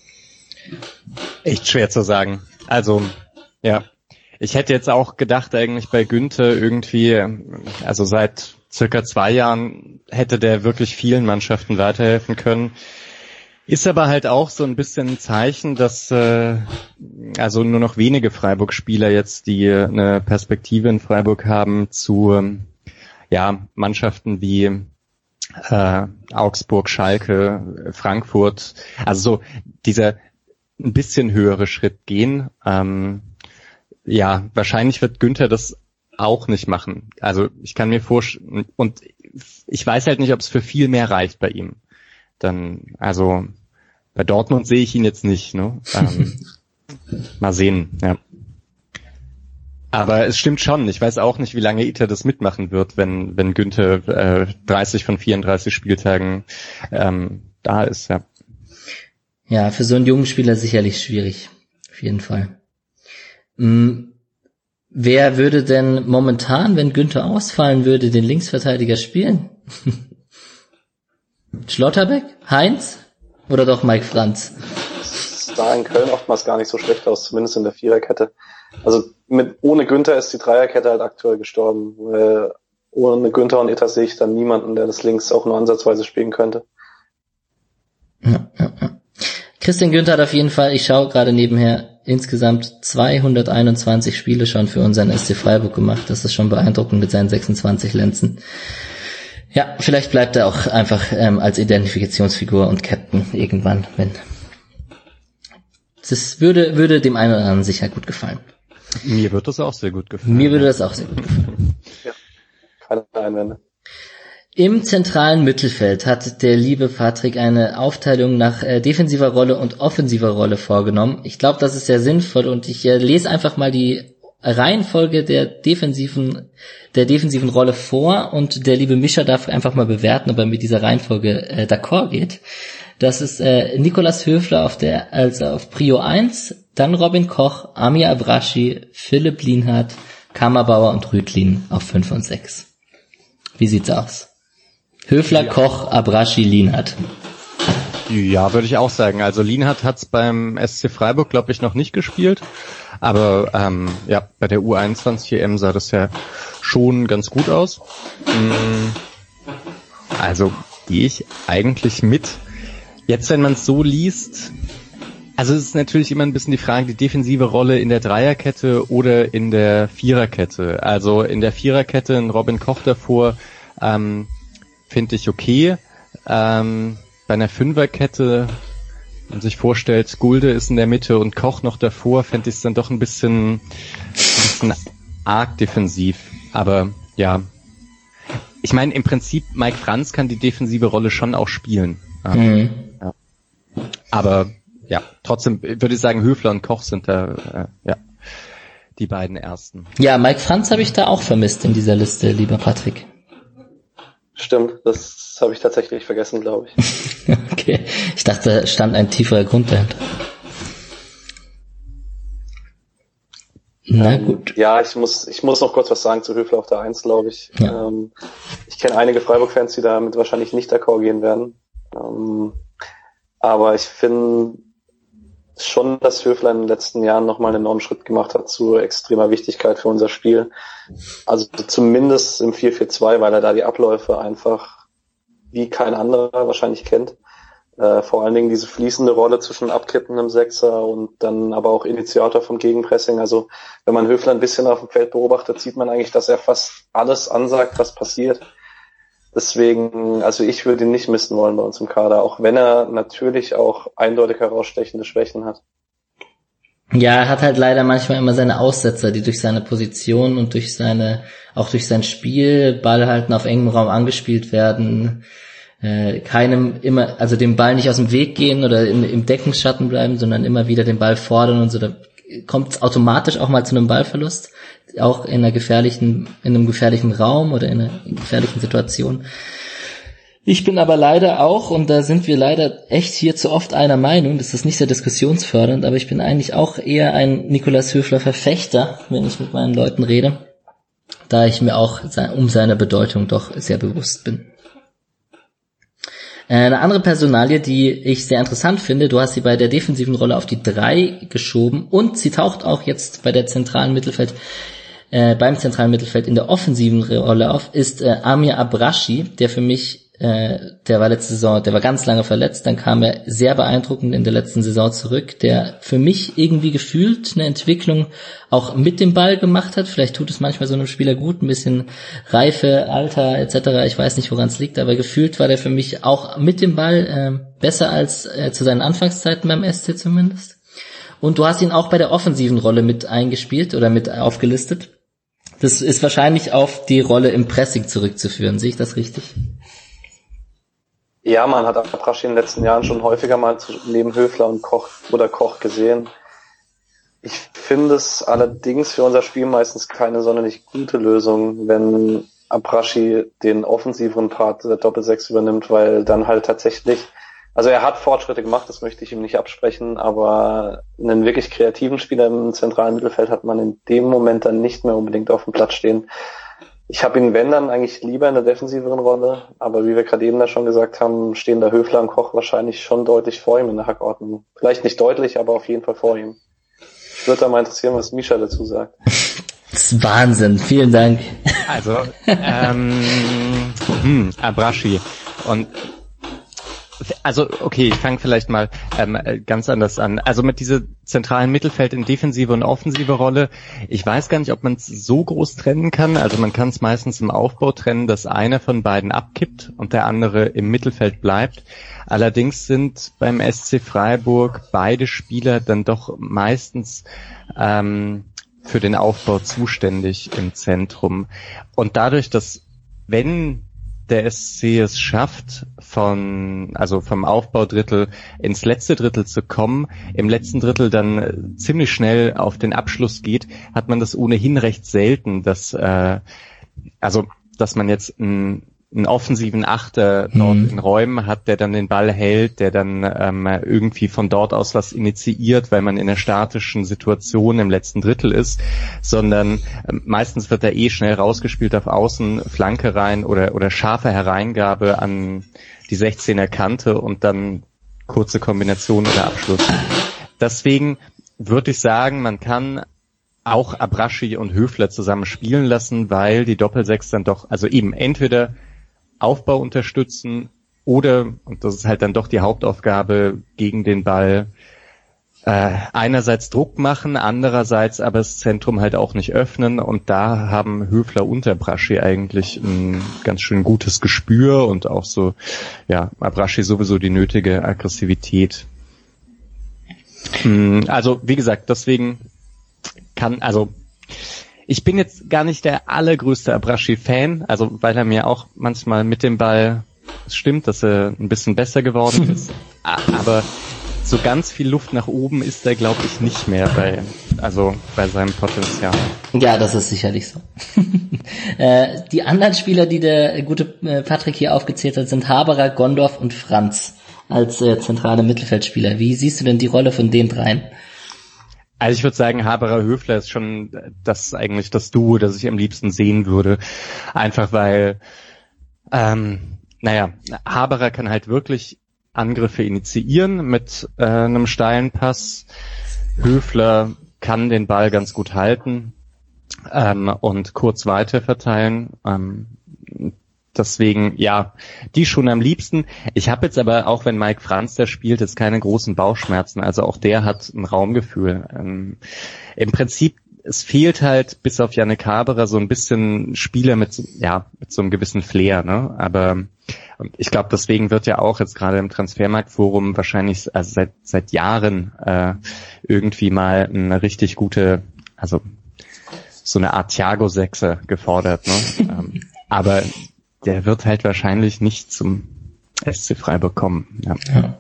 S2: Echt schwer zu sagen. Also, ja. Ich hätte jetzt auch gedacht, eigentlich bei Günther irgendwie, also seit circa zwei Jahren hätte der wirklich vielen Mannschaften weiterhelfen können. Ist aber halt auch so ein bisschen ein Zeichen, dass äh, also nur noch wenige Freiburg-Spieler jetzt, die eine Perspektive in Freiburg haben, zu ähm, ja Mannschaften wie äh, Augsburg, Schalke, Frankfurt, also so dieser ein bisschen höhere Schritt gehen. Ähm, ja, wahrscheinlich wird Günther das auch nicht machen. Also ich kann mir vorstellen, und ich weiß halt nicht, ob es für viel mehr reicht bei ihm. Dann, also bei Dortmund sehe ich ihn jetzt nicht, ne? Ähm, mal sehen, ja. Aber es stimmt schon, ich weiß auch nicht, wie lange Itta das mitmachen wird, wenn wenn Günther äh, dreißig von vierunddreißig Spieltagen ähm, da ist, ja.
S1: Ja, für so einen jungen Spieler sicherlich schwierig, auf jeden Fall. Hm, wer würde denn momentan, wenn Günther ausfallen würde, den Linksverteidiger spielen? Schlotterbeck? Heinz? Oder doch Mike Franz?
S3: Das sah in Köln oftmals gar nicht so schlecht aus, zumindest in der Viererkette. Also mit ohne Günther ist die Dreierkette halt aktuell gestorben. Äh, ohne Günther und Itta sehe ich dann niemanden, der das links auch nur ansatzweise spielen könnte.
S1: Ja, ja, ja. Christian Günther hat auf jeden Fall, ich schaue gerade nebenher, insgesamt zweihunderteinundzwanzig Spiele schon für unseren S C Freiburg gemacht. Das ist schon beeindruckend mit seinen sechsundzwanzig Lenzen. Ja, vielleicht bleibt er auch einfach ähm, als Identifikationsfigur und Captain irgendwann, wenn. Das würde würde dem einen oder anderen sicher gut gefallen.
S2: Mir wird das auch sehr gut gefallen.
S1: Mir würde das auch sehr gut gefallen.
S3: Ja, keine Einwände.
S1: Im zentralen Mittelfeld hat der liebe Patrick eine Aufteilung nach äh, defensiver Rolle und offensiver Rolle vorgenommen. Ich glaube, das ist sehr sinnvoll, und ich äh, lese einfach mal die Reihenfolge der defensiven der defensiven Rolle vor, und der liebe Mischa darf einfach mal bewerten, ob er mit dieser Reihenfolge äh, d'accord geht. Das ist äh, Nicolas Höfler auf der also auf Prio eins, dann Robin Koch, Amir Abraschi, Philipp Lienhardt, Kammerbauer und Rüthlin auf fünf und sechs. Wie sieht's aus? Höfler, ja. Koch, Abraschi, Lienhardt.
S2: Ja, würde ich auch sagen. Also Lienhardt hat's beim S C Freiburg, glaube ich, noch nicht gespielt. Aber ähm, ja, bei der U einundzwanzig E M sah das ja schon ganz gut aus. Also gehe ich eigentlich mit. Jetzt, wenn man es so liest, also es ist natürlich immer ein bisschen die Frage, die defensive Rolle in der Dreierkette oder in der Viererkette. Also in der Viererkette ein Robin Koch davor, ähm, finde ich okay. Ähm, bei einer Fünferkette, wenn man sich vorstellt, Gulde ist in der Mitte und Koch noch davor, fände ich es dann doch ein bisschen, ein bisschen arg defensiv. Aber ja, ich meine, im Prinzip, Mike Franz kann die defensive Rolle schon auch spielen.
S1: Mhm.
S2: Ja. aber ja, trotzdem würde ich sagen, Höfler und Koch sind da äh, ja die beiden ersten.
S1: Ja, Mike Franz habe ich da auch vermisst in dieser Liste, lieber Patrick.
S3: Stimmt, das habe ich tatsächlich vergessen, glaube ich.
S1: Okay, ich dachte, da stand ein tieferer Grund dahinter. Na gut.
S3: Ähm, ja, ich muss ich muss noch kurz was sagen zu Höfler auf der Eins, glaube ich. Ja. Ähm, ich kenne einige Freiburg-Fans, die damit wahrscheinlich nicht d'accord gehen werden. Ähm, aber ich finde schon, dass Höfler in den letzten Jahren nochmal einen enormen Schritt gemacht hat zu extremer Wichtigkeit für unser Spiel. Also zumindest im vier vier zwei, weil er da die Abläufe einfach wie kein anderer wahrscheinlich kennt. Äh, vor allen Dingen diese fließende Rolle zwischen Abkippen im Sechser und dann aber auch Initiator vom Gegenpressing. Also wenn man Höfler ein bisschen auf dem Feld beobachtet, sieht man eigentlich, dass er fast alles ansagt, was passiert. Deswegen, also ich würde ihn nicht missen wollen bei uns im Kader, auch wenn er natürlich auch eindeutig herausstechende Schwächen hat.
S1: Ja, er hat halt leider manchmal immer seine Aussetzer, die durch seine Position und durch seine, auch durch sein Spiel, Ball halten auf engem Raum angespielt werden, äh, keinem immer, also dem Ball nicht aus dem Weg gehen oder im, im Deckungsschatten bleiben, sondern immer wieder den Ball fordern und so. Da kommt es automatisch auch mal zu einem Ballverlust, auch in einer gefährlichen, in einem gefährlichen Raum oder in einer gefährlichen Situation. Ich bin aber leider auch, und da sind wir leider echt hier zu oft einer Meinung, das ist nicht sehr diskussionsfördernd, aber ich bin eigentlich auch eher ein Nikolaus Höfler Verfechter, wenn ich mit meinen Leuten rede, da ich mir auch um seine Bedeutung doch sehr bewusst bin. Eine andere Personalie, die ich sehr interessant finde, du hast sie bei der defensiven Rolle auf die drei geschoben und sie taucht auch jetzt bei der zentralen Mittelfeld, äh, beim zentralen Mittelfeld in der offensiven Rolle auf, ist äh, Amir Abrashi, der für mich Äh, der war letzte Saison, der war ganz lange verletzt, dann kam er sehr beeindruckend in der letzten Saison zurück, der für mich irgendwie gefühlt eine Entwicklung auch mit dem Ball gemacht hat. Vielleicht tut es manchmal so einem Spieler gut, ein bisschen Reife, Alter et cetera. Ich weiß nicht, woran es liegt, aber gefühlt war der für mich auch mit dem Ball äh, besser als äh, zu seinen Anfangszeiten beim S C zumindest. Und du hast ihn auch bei der offensiven Rolle mit eingespielt oder mit aufgelistet. Das ist wahrscheinlich auf die Rolle im Pressing zurückzuführen. Sehe ich das richtig?
S3: Ja, man hat Abrashi in den letzten Jahren schon häufiger mal neben Höfler und Koch oder Koch gesehen. Ich finde es allerdings für unser Spiel meistens keine sonderlich gute Lösung, wenn Abrashi den offensiveren Part der Doppelsechs übernimmt, weil dann halt tatsächlich, also er hat Fortschritte gemacht, das möchte ich ihm nicht absprechen, aber einen wirklich kreativen Spieler im zentralen Mittelfeld hat man in dem Moment dann nicht mehr unbedingt auf dem Platz stehen. Ich habe ihn, wenn dann, eigentlich lieber in der defensiveren Rolle, aber wie wir gerade eben da schon gesagt haben, stehen da Höfler und Koch wahrscheinlich schon deutlich vor ihm in der Hackordnung. Vielleicht nicht deutlich, aber auf jeden Fall vor ihm. Ich würde da mal interessieren, was Mischa dazu sagt.
S1: Das ist Wahnsinn, vielen Dank.
S2: Also, ähm, hm, Abrashi. Und also okay, ich fange vielleicht mal ähm, ganz anders an. Also mit dieser zentralen Mittelfeld in defensive und offensive Rolle, ich weiß gar nicht, ob man es so groß trennen kann. Also man kann es meistens im Aufbau trennen, dass einer von beiden abkippt und der andere im Mittelfeld bleibt. Allerdings sind beim S C Freiburg beide Spieler dann doch meistens ähm, für den Aufbau zuständig im Zentrum. Und dadurch, dass wenn der S C es schafft, von, also vom Aufbaudrittel ins letzte Drittel zu kommen, im letzten Drittel dann ziemlich schnell auf den Abschluss geht, hat man das ohnehin recht selten, dass, äh, also, dass man jetzt einen, einen offensiven Achter dort mhm. in Räumen hat, der dann den Ball hält, der dann ähm, irgendwie von dort aus was initiiert, weil man in einer statischen Situation im letzten Drittel ist, sondern ähm, meistens wird er eh schnell rausgespielt auf Außen, Flanke rein oder oder scharfe Hereingabe an die sechzehner Kante und dann kurze Kombination oder Abschluss. Deswegen würde ich sagen, man kann auch Abrashi und Höfler zusammen spielen lassen, weil die Doppelsechs dann doch, also eben entweder Aufbau unterstützen oder, und das ist halt dann doch die Hauptaufgabe, gegen den Ball äh, einerseits Druck machen, andererseits aber das Zentrum halt auch nicht öffnen, und da haben Höfler und Abrashi eigentlich ein ganz schön gutes Gespür und auch so, ja, Abrashi sowieso die nötige Aggressivität. Also wie gesagt, deswegen kann, also ich bin jetzt gar nicht der allergrößte Abrashi-Fan, also weil er mir auch manchmal mit dem Ball, es stimmt, dass er ein bisschen besser geworden ist, aber so ganz viel Luft nach oben ist da, glaube ich, nicht mehr bei, also bei seinem Potenzial.
S1: Ja, das ist sicherlich so. äh, die anderen Spieler, die der gute äh, Patrick hier aufgezählt hat, sind Haberer, Gondorf und Franz als äh, zentrale Mittelfeldspieler. Wie siehst du denn die Rolle von den dreien?
S2: Also ich würde sagen, Haberer Höfler ist schon das eigentlich das Duo, das ich am liebsten sehen würde. Einfach weil, ähm, naja, Haberer kann halt wirklich Angriffe initiieren mit äh, einem steilen Pass. Höfler kann den Ball ganz gut halten ähm, und kurz weiter verteilen. Ähm, Deswegen, ja, die schon am liebsten. Ich habe jetzt aber, auch wenn Mike Franz da spielt, jetzt keine großen Bauchschmerzen. Also auch der hat ein Raumgefühl. Ähm, Im Prinzip, es fehlt halt bis auf Yannick Haberer so ein bisschen Spieler mit, ja, mit so einem gewissen Flair, ne? Aber ich glaube, deswegen wird ja auch jetzt gerade im Transfermarktforum wahrscheinlich, also seit seit Jahren äh, irgendwie mal eine richtig gute, also so eine Art Thiago-Sechser gefordert, ne? ähm, aber der wird halt wahrscheinlich nicht zum S C Freiburg kommen. Ja,
S1: ja,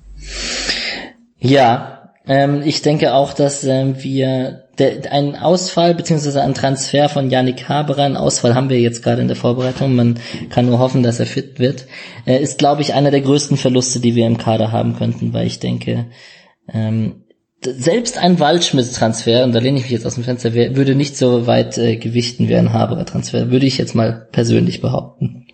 S1: ja ähm, ich denke auch, dass ähm, wir der, ein Ausfall beziehungsweise ein Transfer von Yannick Haberer, ein Ausfall haben wir jetzt gerade in der Vorbereitung, man kann nur hoffen, dass er fit wird, äh, ist, glaube ich, einer der größten Verluste, die wir im Kader haben könnten, weil ich denke, ähm, selbst ein Waldschmidt-Transfer, und da lehne ich mich jetzt aus dem Fenster, würde nicht so weit äh, gewichten wie ein Haberer-Transfer, würde ich jetzt mal persönlich behaupten.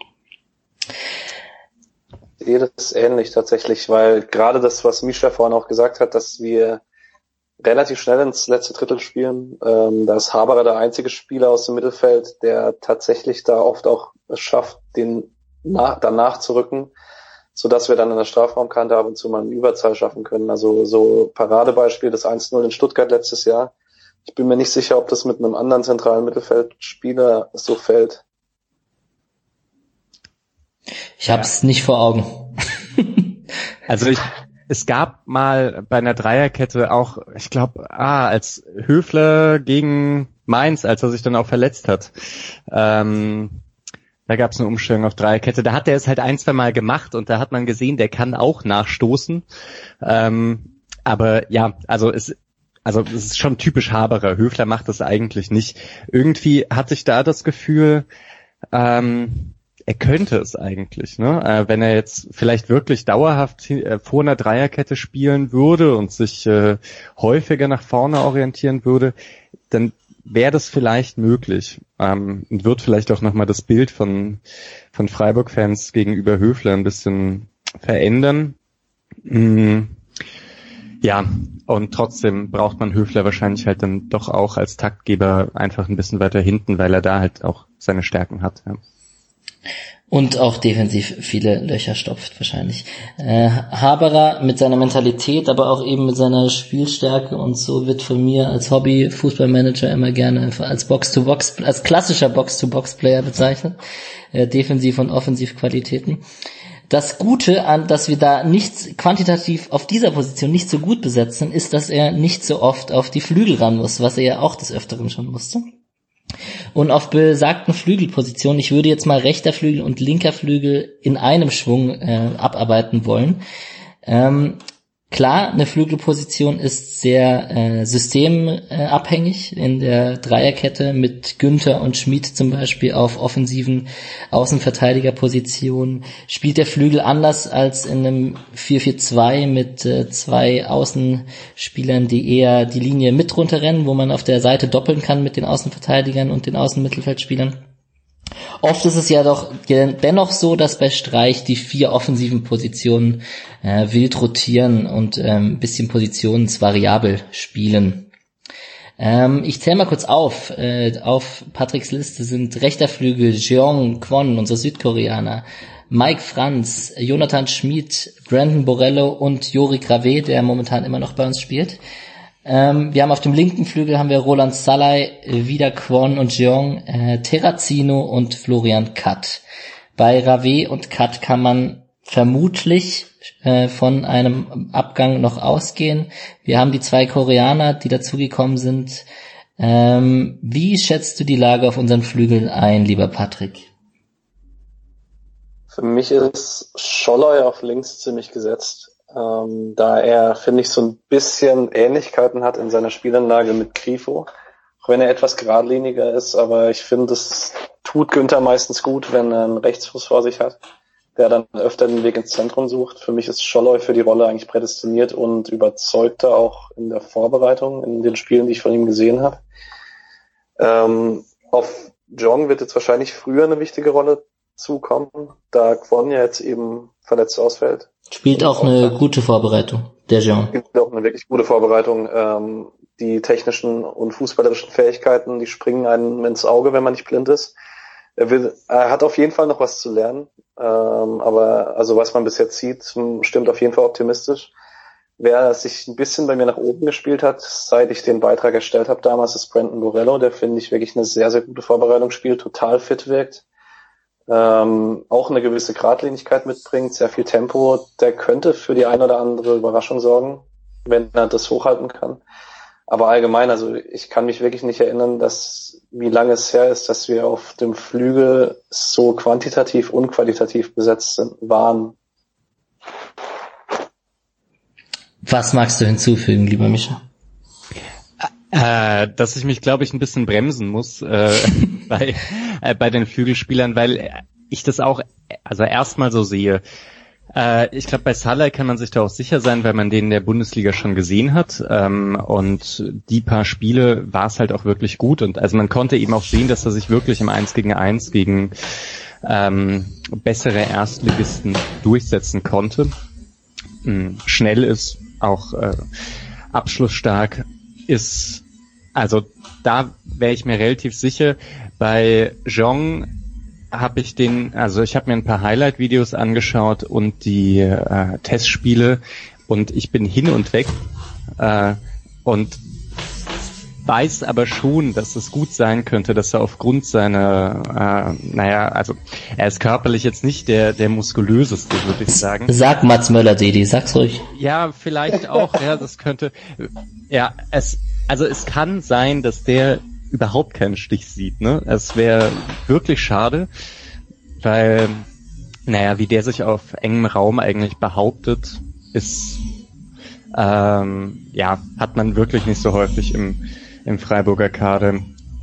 S3: Ich sehe das ähnlich tatsächlich, weil gerade das, was Mischa vorhin auch gesagt hat, dass wir relativ schnell ins letzte Drittel spielen, ähm, da ist Haberer der einzige Spieler aus dem Mittelfeld, der tatsächlich da oft auch es schafft, den nach, danach zu rücken, so dass wir dann in der Strafraumkante ab und zu mal eine Überzahl schaffen können. Also so Paradebeispiel das eins null in Stuttgart letztes Jahr. Ich bin mir nicht sicher, ob das mit einem anderen zentralen Mittelfeldspieler so fällt.
S1: Ich habe es ja nicht vor Augen.
S2: Also ich, es gab mal bei einer Dreierkette auch, ich glaube, ah, als Höfler gegen Mainz, als er sich dann auch verletzt hat, ähm, da gab es eine Umstellung auf Dreierkette. Da hat er es halt ein, zwei Mal gemacht und da hat man gesehen, der kann auch nachstoßen. Ähm, aber ja, also es, also es ist schon typisch Haberer. Höfler macht das eigentlich nicht. Irgendwie hatte ich da das Gefühl, ähm, er könnte es eigentlich, ne? Äh, wenn er jetzt vielleicht wirklich dauerhaft äh, vor einer Dreierkette spielen würde und sich äh, häufiger nach vorne orientieren würde, dann wäre das vielleicht möglich. Ähm, und wird vielleicht auch nochmal das Bild von von Freiburg-Fans gegenüber Höfler ein bisschen verändern. Mm, ja, und trotzdem braucht man Höfler wahrscheinlich halt dann doch auch als Taktgeber einfach ein bisschen weiter hinten, weil er da halt auch seine Stärken hat. Ja.
S1: Und auch defensiv viele Löcher stopft wahrscheinlich. Äh, Haberer mit seiner Mentalität, aber auch eben mit seiner Spielstärke und so wird von mir als Hobby-Fußballmanager immer gerne als Box-to-Box, als klassischer Box-to-Box-Player bezeichnet. Äh, Defensiv- und Offensivqualitäten. Das Gute an, dass wir da nicht quantitativ auf dieser Position nicht so gut besetzen, ist, dass er nicht so oft auf die Flügel ran muss, was er ja auch des Öfteren schon musste. Und auf besagten Flügelpositionen, ich würde jetzt mal rechter Flügel und linker Flügel in einem Schwung äh, abarbeiten wollen. Ähm, klar, eine Flügelposition ist sehr äh, systemabhängig in der Dreierkette mit Günther und Schmid zum Beispiel auf offensiven Außenverteidigerpositionen. Spielt der Flügel anders als in einem vier vier zwei mit äh, zwei Außenspielern, die eher die Linie mit runterrennen, wo man auf der Seite doppeln kann mit den Außenverteidigern und den Außenmittelfeldspielern. Oft ist es ja doch dennoch so, dass bei Streich die vier offensiven Positionen äh, wild rotieren und ähm, ein bisschen positionsvariabel spielen. Ähm, ich zähle mal kurz auf. Äh, auf Patricks Liste sind rechter Flügel Jeong Kwon, unser Südkoreaner, Mike Franz, Jonathan Schmid, Brandon Borello und Jori Grave, der momentan immer noch bei uns spielt. Ähm, wir haben auf dem linken Flügel haben wir Roland Salai, wieder Kwon und Jeong, äh, Terrazino und Florian Katt. Bei Rave und Katt kann man vermutlich äh, von einem Abgang noch ausgehen. Wir haben die zwei Koreaner, die dazugekommen sind. Ähm, wie schätzt du die Lage auf unseren Flügeln ein, lieber Patrick?
S3: Für mich ist Scholloy auf links ziemlich gesetzt. ähm, da er, finde ich, so ein bisschen Ähnlichkeiten hat in seiner Spielanlage mit Grifo. Auch wenn er etwas geradliniger ist, aber ich finde, es tut Günther meistens gut, wenn er einen Rechtsfuß vor sich hat, der dann öfter den Weg ins Zentrum sucht. Für mich ist Scholloy für die Rolle eigentlich prädestiniert und überzeugte auch in der Vorbereitung, in den Spielen, die ich von ihm gesehen habe. Ähm, auf Jong wird jetzt wahrscheinlich früher eine wichtige Rolle zukommen, da Kwon ja jetzt eben verletzt ausfällt.
S1: Spielt auch eine gute Vorbereitung, der Jong.
S3: Spielt auch eine wirklich gute Vorbereitung. Ähm, die technischen und fußballerischen Fähigkeiten, die springen einem ins Auge, wenn man nicht blind ist. Er, will, er hat auf jeden Fall noch was zu lernen, ähm, aber also was man bis jetzt sieht, stimmt auf jeden Fall optimistisch. Wer sich ein bisschen bei mir nach oben gespielt hat, seit ich den Beitrag erstellt habe damals, ist Brandon Borello, der, finde ich, wirklich eine sehr, sehr gute Vorbereitung spielt, total fit wirkt, ähm, auch eine gewisse Gradlinigkeit mitbringt, sehr viel Tempo. Der könnte für die eine oder andere Überraschung sorgen, wenn er das hochhalten kann. Aber allgemein, also ich kann mich wirklich nicht erinnern, dass wie lange es her ist, dass wir auf dem Flügel so quantitativ und qualitativ besetzt sind, waren.
S1: Was magst du hinzufügen, lieber Micha?
S2: Äh, dass ich mich, glaube ich, ein bisschen bremsen muss äh, bei, äh, bei den Flügelspielern, weil ich das auch also erstmal so sehe. Äh, ich glaube, bei Salah kann man sich da auch sicher sein, weil man den in der Bundesliga schon gesehen hat. Ähm, und die paar Spiele war es halt auch wirklich gut. Und also man konnte eben auch sehen, dass er sich wirklich im Eins gegen Eins gegen ähm, bessere Erstligisten durchsetzen konnte. Mhm. Schnell ist, auch äh, abschlussstark ist, also da wäre ich mir relativ sicher. Bei Jong habe ich den, also ich habe mir ein paar Highlight-Videos angeschaut und die äh, Testspiele und ich bin hin und weg äh, und weiß aber schon, dass es gut sein könnte, dass er aufgrund seiner, äh, naja, also er ist körperlich jetzt nicht der der muskulöseste, würde ich sagen.
S1: Sag Mats Möller-Deli, sag's ruhig.
S2: Ja, vielleicht auch, ja, das könnte, ja, es, also es kann sein, dass der überhaupt keinen Stich sieht, ne? Es wäre wirklich schade, weil, naja, wie der sich auf engem Raum eigentlich behauptet, ist, ähm, ja, hat man wirklich nicht so häufig im im Freiburger Kader.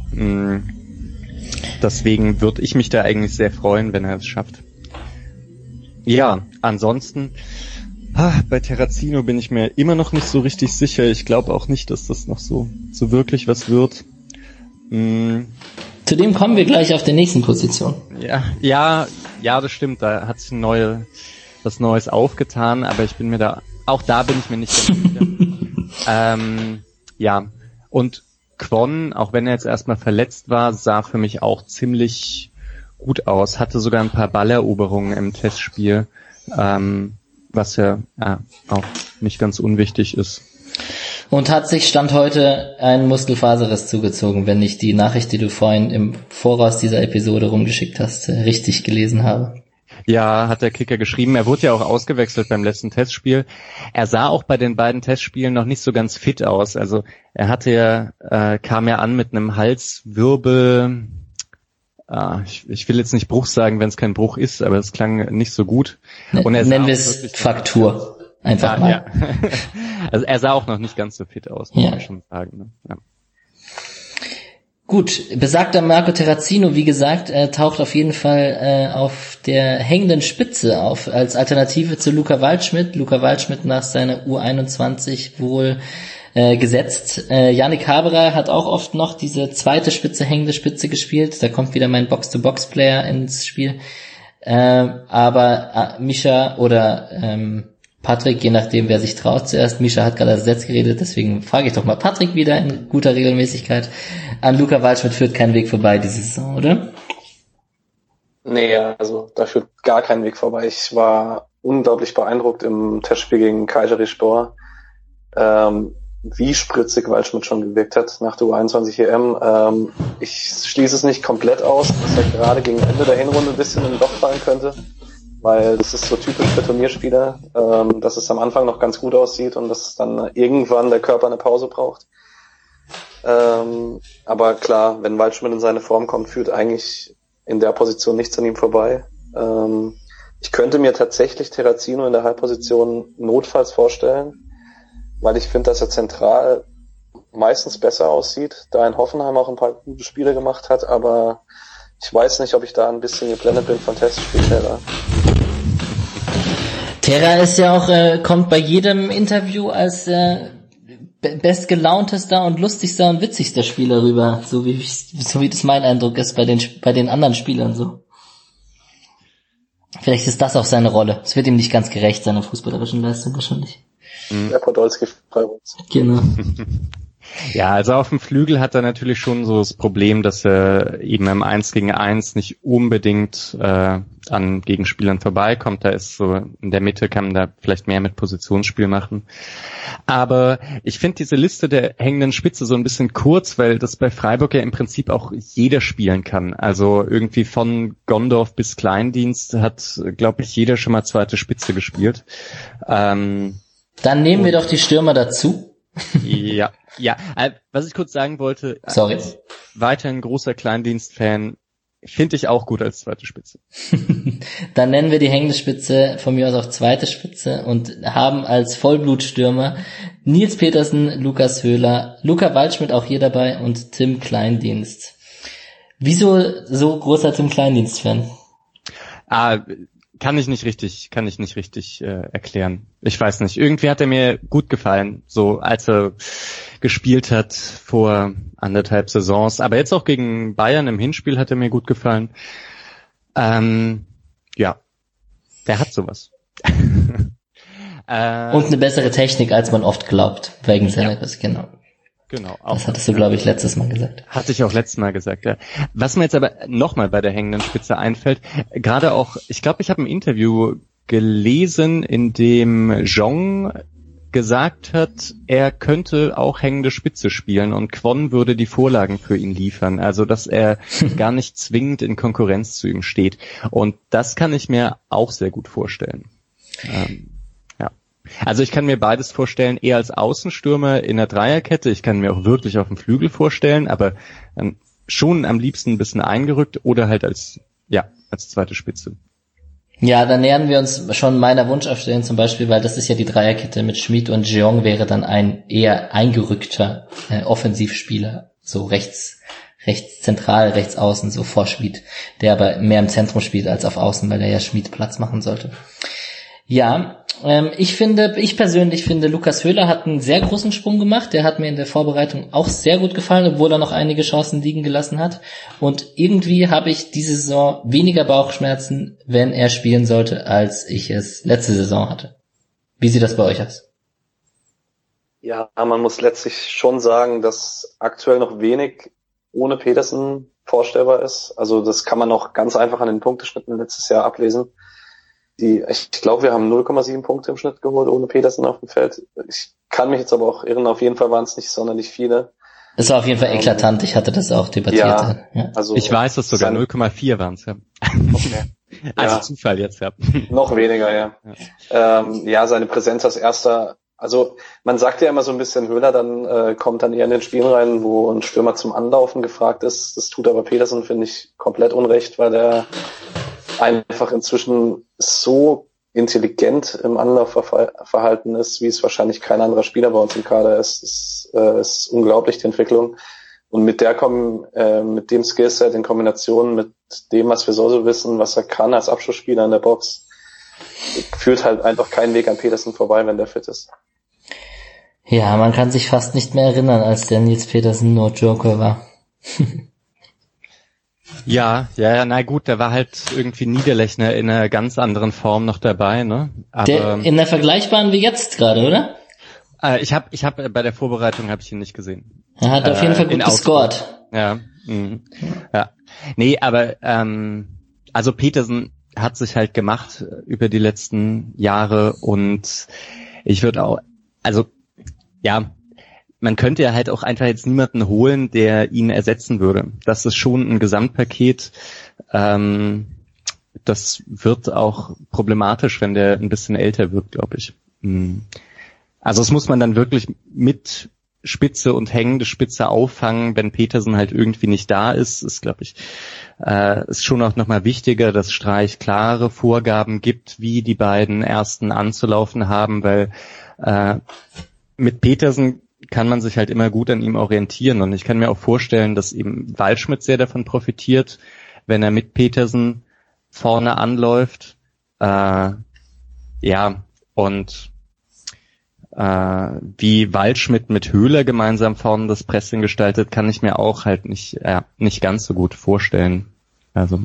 S2: Deswegen würde ich mich da eigentlich sehr freuen, wenn er es schafft. Ja, ansonsten ah, bei Terrazino bin ich mir immer noch nicht so richtig sicher. Ich glaube auch nicht, dass das noch so so wirklich was wird. Hm.
S1: Zu dem kommen wir gleich auf der nächsten Position.
S2: Ja, ja, ja, das stimmt. Da hat sich ein neue, was Neues aufgetan, aber ich bin mir da, auch da bin ich mir nicht ganz sicher. ähm, ja, und Kwon, auch wenn er jetzt erstmal verletzt war, sah für mich auch ziemlich gut aus. Hatte sogar ein paar Balleroberungen im Testspiel, ähm, was ja äh, auch nicht ganz unwichtig ist.
S1: Und hat sich Stand heute ein Muskelfaserriss zugezogen, wenn ich die Nachricht, die du vorhin im Voraus dieser Episode rumgeschickt hast, richtig gelesen habe.
S2: Ja, hat der Kicker geschrieben. Er wurde ja auch ausgewechselt beim letzten Testspiel. Er sah auch bei den beiden Testspielen noch nicht so ganz fit aus. Also er hatte ja, äh, kam ja an mit einem Halswirbel. Äh, ich, ich will jetzt nicht Bruch sagen, wenn es kein Bruch ist, aber es klang nicht so gut. Und er
S1: Nennen wir es Fraktur. Einfach
S2: ja,
S1: mal.
S2: Ja. Also er sah auch noch nicht ganz so fit aus, muss
S1: ja.
S2: man schon sagen. Ne? Ja.
S1: Gut, besagter Marco Terrazino, wie gesagt, äh, taucht auf jeden Fall äh, auf der hängenden Spitze auf, als Alternative zu Luca Waldschmidt. Luca Waldschmidt nach seiner U einundzwanzig wohl äh, gesetzt. Äh, Yannick Haberer hat auch oft noch diese zweite Spitze, hängende Spitze gespielt. Da kommt wieder mein Box-to-Box-Player ins Spiel. Äh, aber äh, Mischa oder ähm, Patrick, je nachdem, wer sich traut zuerst. Mischa hat gerade das Netz geredet, deswegen frage ich doch mal Patrick wieder in guter Regelmäßigkeit. An Luca Waldschmidt führt kein Weg vorbei diese Saison, oder?
S3: Nee, also da führt gar kein Weg vorbei. Ich war unglaublich beeindruckt im Testspiel gegen Kayserispor, ähm, wie spritzig Waldschmidt schon gewirkt hat nach der U einundzwanzig E M. Ähm, ich schließe es nicht komplett aus, dass er gerade gegen Ende der Hinrunde ein bisschen in den Loch fallen könnte. Weil das ist so typisch für Turnierspieler, ähm, dass es am Anfang noch ganz gut aussieht und dass dann irgendwann der Körper eine Pause braucht. Ähm, aber klar, wenn Waldschmidt in seine Form kommt, führt eigentlich in der Position nichts an ihm vorbei. Ähm, Ich könnte mir tatsächlich Terrazino in der Halbposition notfalls vorstellen, weil ich finde, dass er zentral meistens besser aussieht, da in Hoffenheim auch ein paar gute Spiele gemacht hat, aber ich weiß nicht, ob ich da ein bisschen geblendet bin von Testspiel Terra.
S1: Terra ist ja auch, äh, kommt bei jedem Interview als äh, bestgelauntester und lustigster und witzigster Spieler rüber, so wie so wie das mein Eindruck ist bei den bei den anderen Spielern so. Vielleicht ist das auch seine Rolle. Es wird ihm nicht ganz gerecht, seiner fußballerischen Leistung wahrscheinlich.
S3: Der Podolski Freiburg.
S1: Genau.
S2: Ja, also auf dem Flügel hat er natürlich schon so das Problem, dass er eben im Eins gegen Eins nicht unbedingt äh, an Gegenspielern vorbeikommt. Da ist so in der Mitte, kann man da vielleicht mehr mit Positionsspiel machen. Aber ich finde diese Liste der hängenden Spitze so ein bisschen kurz, weil das bei Freiburg ja im Prinzip auch jeder spielen kann. Also irgendwie von Gondorf bis Kleindienst hat, glaube ich, jeder schon mal zweite Spitze gespielt. Ähm,
S1: Dann nehmen wir doch die Stürmer dazu.
S2: Ja, ja. Äh, was ich kurz sagen wollte,
S1: Sorry.
S2: Als weiterhin großer Kleindienst-Fan, finde ich auch gut als zweite Spitze.
S1: Dann nennen wir die hängende Spitze von mir aus auch zweite Spitze und haben als Vollblutstürmer Nils Petersen, Lukas Höhler, Luca Waldschmidt auch hier dabei und Tim Kleindienst. Wieso so großer Tim Kleindienst-Fan?
S2: Ah, Kann ich nicht richtig, kann ich nicht richtig äh, erklären. Ich weiß nicht. Irgendwie hat er mir gut gefallen, so als er gespielt hat vor anderthalb Saisons. Aber jetzt auch gegen Bayern im Hinspiel hat er mir gut gefallen. Ähm, ja, der hat sowas. äh,
S1: Und eine bessere Technik, als man oft glaubt, wegen seiner,
S2: ja.
S1: genau.
S2: Genau. Auch
S1: Das hattest du, glaube ich, letztes Mal gesagt.
S2: Hatte ich auch letztes Mal gesagt, ja. Was mir jetzt aber nochmal bei der hängenden Spitze einfällt, gerade auch, ich glaube, ich habe ein Interview gelesen, in dem Jong gesagt hat, er könnte auch hängende Spitze spielen und Kwon würde die Vorlagen für ihn liefern. Also, dass er gar nicht zwingend in Konkurrenz zu ihm steht. Und das kann ich mir auch sehr gut vorstellen. Ähm, Also ich kann mir beides vorstellen, eher als Außenstürmer in der Dreierkette. Ich kann mir auch wirklich auf dem Flügel vorstellen, aber ähm, schon am liebsten ein bisschen eingerückt oder halt als, ja, als zweite Spitze.
S1: Ja, dann nähern wir uns schon meiner Wunschaufstellung zum Beispiel, weil das ist ja die Dreierkette mit Schmid und Jeong, wäre dann ein eher eingerückter äh, Offensivspieler, so rechts, rechts zentral, rechts außen, so vor Schmid, der aber mehr im Zentrum spielt als auf Außen, weil er ja Schmid Platz machen sollte. Ja, ähm, ich finde, ich persönlich finde, Lukas Höhler hat einen sehr großen Sprung gemacht. Der hat mir in der Vorbereitung auch sehr gut gefallen, obwohl er noch einige Chancen liegen gelassen hat. Und irgendwie habe ich diese Saison weniger Bauchschmerzen, wenn er spielen sollte, als ich es letzte Saison hatte. Wie sieht das bei euch aus?
S3: Ja, man muss letztlich schon sagen, dass aktuell noch wenig ohne Petersen vorstellbar ist. Also das kann man noch ganz einfach an den Punkteschnitten letztes Jahr ablesen. Die, ich glaube, wir haben null Komma sieben Punkte im Schnitt geholt ohne Petersen auf dem Feld. Ich kann mich jetzt aber auch irren, auf jeden Fall waren es nicht sonderlich viele.
S1: Das war auf jeden Fall ähm, eklatant, ich hatte das auch debattiert.
S3: Ja,
S1: ja.
S3: Also
S2: ich weiß es sogar, null Komma vier waren es, ja. Okay. Also
S3: ja.
S2: Zufall jetzt, ja.
S3: Noch weniger, ja. Ja. Ähm, ja, seine Präsenz als erster, also man sagt ja immer so ein bisschen, Höhler dann äh, kommt dann eher in den Spielen rein, wo ein Stürmer zum Anlaufen gefragt ist. Das tut aber Petersen, finde ich, komplett unrecht, weil er einfach inzwischen so intelligent im Anlaufverhalten ist, wie es wahrscheinlich kein anderer Spieler bei uns im Kader ist. Es äh, ist unglaublich, die Entwicklung. Und mit der kommen, äh, mit dem Skillset in Kombination mit dem, was wir so wissen, was er kann als Abschlussspieler in der Box, führt halt einfach keinen Weg an Petersen vorbei, wenn der fit ist.
S1: Ja, man kann sich fast nicht mehr erinnern, als der Nils Petersen No Joker war.
S2: Ja, ja, ja, na gut, der war halt irgendwie Niederlechner in einer ganz anderen Form noch dabei, ne? Aber
S1: der, in der vergleichbaren wie jetzt gerade, oder?
S2: Äh, ich habe, ich habe bei der Vorbereitung habe ich ihn nicht gesehen.
S1: Er hat äh, auf jeden Fall gut gescored.
S2: Ja, mh. ja. Nee, aber ähm, also Petersen hat sich halt gemacht über die letzten Jahre und ich würde auch, also ja. Man könnte ja halt auch einfach jetzt niemanden holen, der ihn ersetzen würde. Das ist schon ein Gesamtpaket. Ähm, das wird auch problematisch, wenn der ein bisschen älter wird, glaube ich. Also das muss man dann wirklich mit Spitze und hängende Spitze auffangen, wenn Petersen halt irgendwie nicht da ist, ist, glaube ich, äh, ist schon auch nochmal wichtiger, dass Streich klare Vorgaben gibt, wie die beiden Ersten anzulaufen haben, weil äh, mit Petersen kann man sich halt immer gut an ihm orientieren und ich kann mir auch vorstellen, dass eben Waldschmidt sehr davon profitiert, wenn er mit Petersen vorne anläuft. Äh, ja, und äh, wie Waldschmidt mit Höhler gemeinsam vorne das Pressing gestaltet, kann ich mir auch halt nicht, äh, nicht ganz so gut vorstellen. Also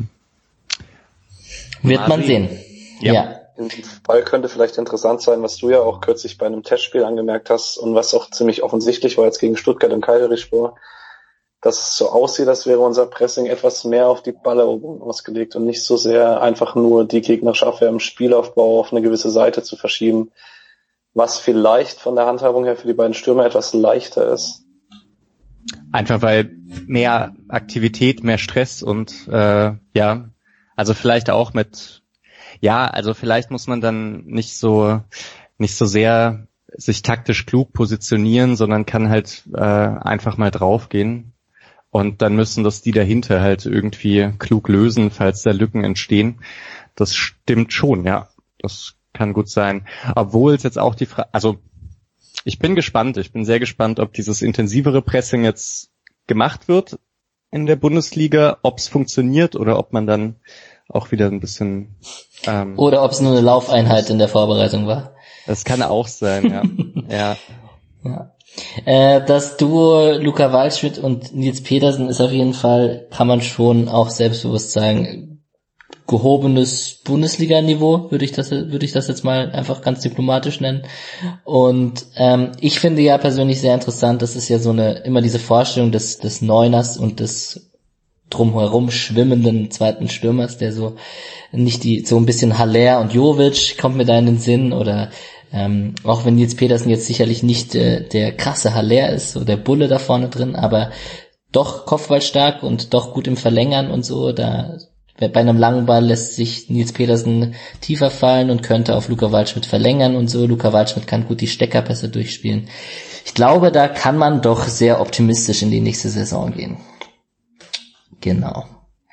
S1: wird man sehen.
S3: Ja. ja. In dem Fall könnte vielleicht interessant sein, was du ja auch kürzlich bei einem Testspiel angemerkt hast und was auch ziemlich offensichtlich war jetzt gegen Stuttgart im Kayserispor, dass es so aussieht, als wäre unser Pressing etwas mehr auf die Balleroberung ausgelegt und nicht so sehr einfach nur die gegnerische Abwehr im Spielaufbau auf eine gewisse Seite zu verschieben, was vielleicht von der Handhabung her für die beiden Stürmer etwas leichter ist.
S2: Einfach weil mehr Aktivität, mehr Stress und äh, ja, also vielleicht auch mit, ja, also vielleicht muss man dann nicht so nicht so sehr sich taktisch klug positionieren, sondern kann halt äh, einfach mal draufgehen. Und dann müssen das die dahinter halt irgendwie klug lösen, falls da Lücken entstehen. Das stimmt schon, ja. Das kann gut sein. Obwohl es jetzt auch die Frage, also ich bin gespannt, ich bin sehr gespannt, ob dieses intensivere Pressing jetzt gemacht wird in der Bundesliga, ob es funktioniert oder ob man dann auch wieder ein bisschen... Ähm,
S1: oder ob es nur eine Laufeinheit in der Vorbereitung war.
S2: Das kann auch sein, ja. ja.
S1: ja. Äh, das Duo Luca Waldschmidt und Nils Petersen ist auf jeden Fall, kann man schon auch selbstbewusst sagen, gehobenes Bundesliga-Niveau, würde ich das, würde ich das jetzt mal einfach ganz diplomatisch nennen. Und ähm, ich finde ja persönlich sehr interessant, das ist ja so eine, immer diese Vorstellung des, des Neuners und des drumherum schwimmenden zweiten Stürmers, der so nicht die, so ein bisschen Haller und Jovic kommt mir da in den Sinn oder Ähm, auch wenn Nils Petersen jetzt sicherlich nicht äh, der krasse Haller ist, so der Bulle da vorne drin, aber doch kopfballstark und doch gut im Verlängern und so, da bei einem langen Ball lässt sich Nils Petersen tiefer fallen und könnte auf Luca Waldschmidt verlängern und so. Luca Waldschmidt kann gut die Steckerpässe durchspielen. Ich glaube, da kann man doch sehr optimistisch in die nächste Saison gehen. Genau.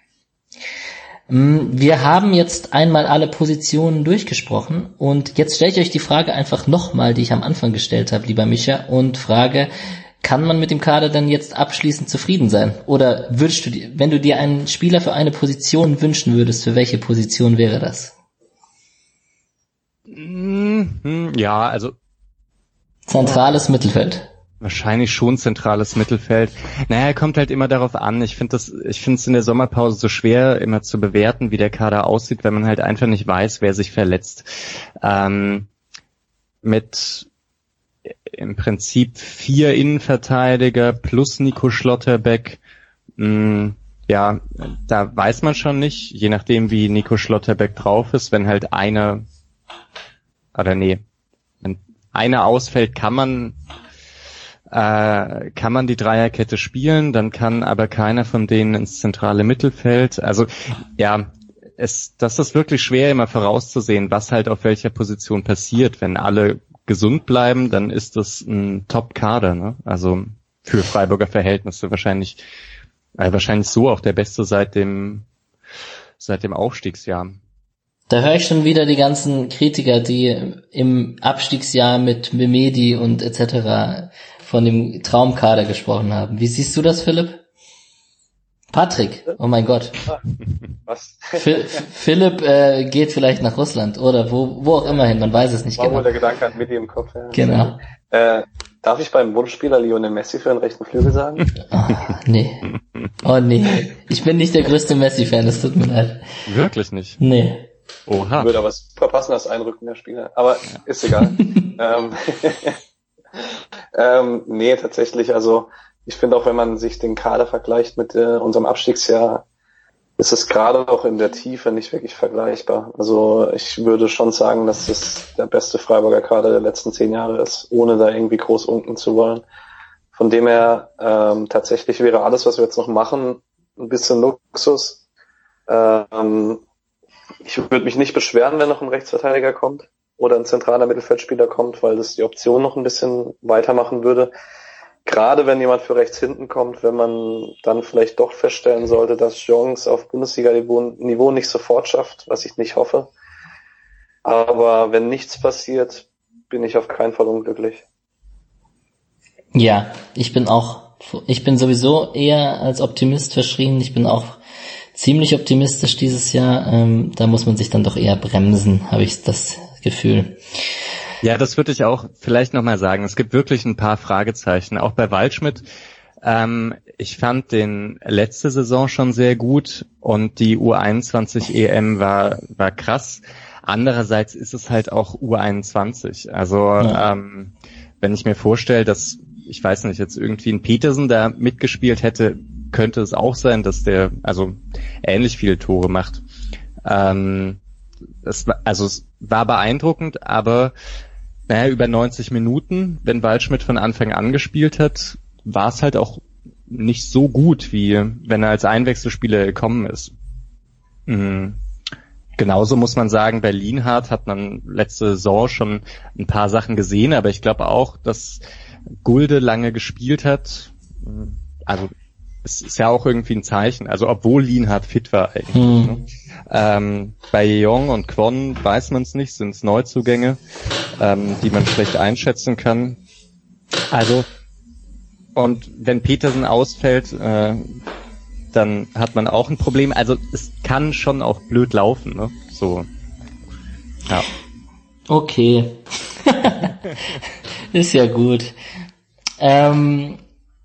S1: Wir haben jetzt einmal alle Positionen durchgesprochen und jetzt stelle ich euch die Frage einfach nochmal, die ich am Anfang gestellt habe, lieber Micha, und frage, kann man mit dem Kader denn jetzt abschließend zufrieden sein? Oder würdest du dir, wenn du dir einen Spieler für eine Position wünschen würdest, für welche Position wäre das?
S2: Ja, also
S1: zentrales Mittelfeld.
S2: Wahrscheinlich schon zentrales Mittelfeld. Naja, kommt halt immer darauf an. Ich finde das, ich finde es in der Sommerpause so schwer, immer zu bewerten, wie der Kader aussieht, wenn man halt einfach nicht weiß, wer sich verletzt. Ähm, mit im Prinzip vier Innenverteidiger plus Nico Schlotterbeck, mh, ja, da weiß man schon nicht, je nachdem wie Nico Schlotterbeck drauf ist, wenn halt einer, oder nee, wenn einer ausfällt, kann man Äh, kann man die Dreierkette spielen, dann kann aber keiner von denen ins zentrale Mittelfeld. Also ja, es, das ist wirklich schwer immer vorauszusehen, was halt auf welcher Position passiert. Wenn alle gesund bleiben, dann ist das ein Top-Kader, ne? Also für Freiburger Verhältnisse wahrscheinlich, äh, wahrscheinlich so auch der beste seit dem seit dem Aufstiegsjahr.
S1: Da höre ich schon wieder die ganzen Kritiker, die im Abstiegsjahr mit Memedi und et cetera von dem Traumkader gesprochen haben. Wie siehst du das, Philipp? Patrick, oh mein Gott.
S3: Was?
S1: Philipp äh, geht vielleicht nach Russland oder wo wo auch immer hin, man weiß es nicht
S3: War
S1: genau.
S3: War wohl der Gedanke an Medi im Kopf. Ja.
S1: Genau.
S3: Äh, darf ich beim Wunschspieler Lionel Messi für den rechten Flügel sagen?
S1: Oh, nee. Oh nee. Ich bin nicht der größte Messi-Fan, das tut mir leid.
S2: Wirklich nicht?
S1: Nee.
S2: Oha.
S3: Würde aber super passen als Einrücken der Spieler. Aber ja. Ist egal. ähm, ähm, nee, tatsächlich, also ich finde auch, wenn man sich den Kader vergleicht mit äh, unserem Abstiegsjahr, ist es gerade auch in der Tiefe nicht wirklich vergleichbar. Also ich würde schon sagen, dass es der beste Freiburger Kader der letzten zehn Jahre ist, ohne da irgendwie groß unken zu wollen. Von dem her ähm, tatsächlich wäre alles, was wir jetzt noch machen, ein bisschen Luxus. Ähm, ich würde mich nicht beschweren, wenn noch ein Rechtsverteidiger kommt oder ein zentraler Mittelfeldspieler kommt, weil das die Option noch ein bisschen weitermachen würde. gerade wenn jemand für rechts hinten kommt, wenn man dann vielleicht doch feststellen sollte, dass Jongs auf Bundesliga-Niveau nicht sofort schafft, was ich nicht hoffe. Aber wenn nichts passiert, bin ich auf keinen Fall unglücklich.
S1: Ja, ich bin auch, ich bin sowieso eher als Optimist verschrien. Ich bin auch ziemlich optimistisch dieses Jahr. Ähm, da muss man sich dann doch eher bremsen, habe ich das Gefühl.
S2: Ja, das würde ich auch vielleicht nochmal sagen. Es gibt wirklich ein paar Fragezeichen. Auch bei Waldschmidt. Ähm, ich fand den letzte Saison schon sehr gut und die U einundzwanzig E M war war krass. Andererseits ist es halt auch U einundzwanzig. Also ja. ähm, wenn ich mir vorstelle, dass, ich weiß nicht, jetzt irgendwie ein Petersen da mitgespielt hätte, könnte es auch sein, dass der also ähnlich viele Tore macht. Ähm, es war, also es war beeindruckend, aber naja, über neunzig Minuten, wenn Waldschmidt von Anfang an gespielt hat, war es halt auch nicht so gut, wie wenn er als Einwechselspieler gekommen ist. Mhm. Genauso muss man sagen, bei Lienhardt hat man letzte Saison schon ein paar Sachen gesehen, aber ich glaube auch, dass Gulde lange gespielt hat. Also es ist ja auch irgendwie ein Zeichen. Also obwohl Lienhardt fit war eigentlich. Hm. Ne? Ähm, bei Jong und Kwon weiß man es nicht, sind es Neuzugänge, ähm, die man schlecht einschätzen kann. Also und wenn Petersen ausfällt, äh, dann hat man auch ein Problem. Also es kann schon auch blöd laufen, ne? So. Ja.
S1: Okay. Ist ja gut. Ähm,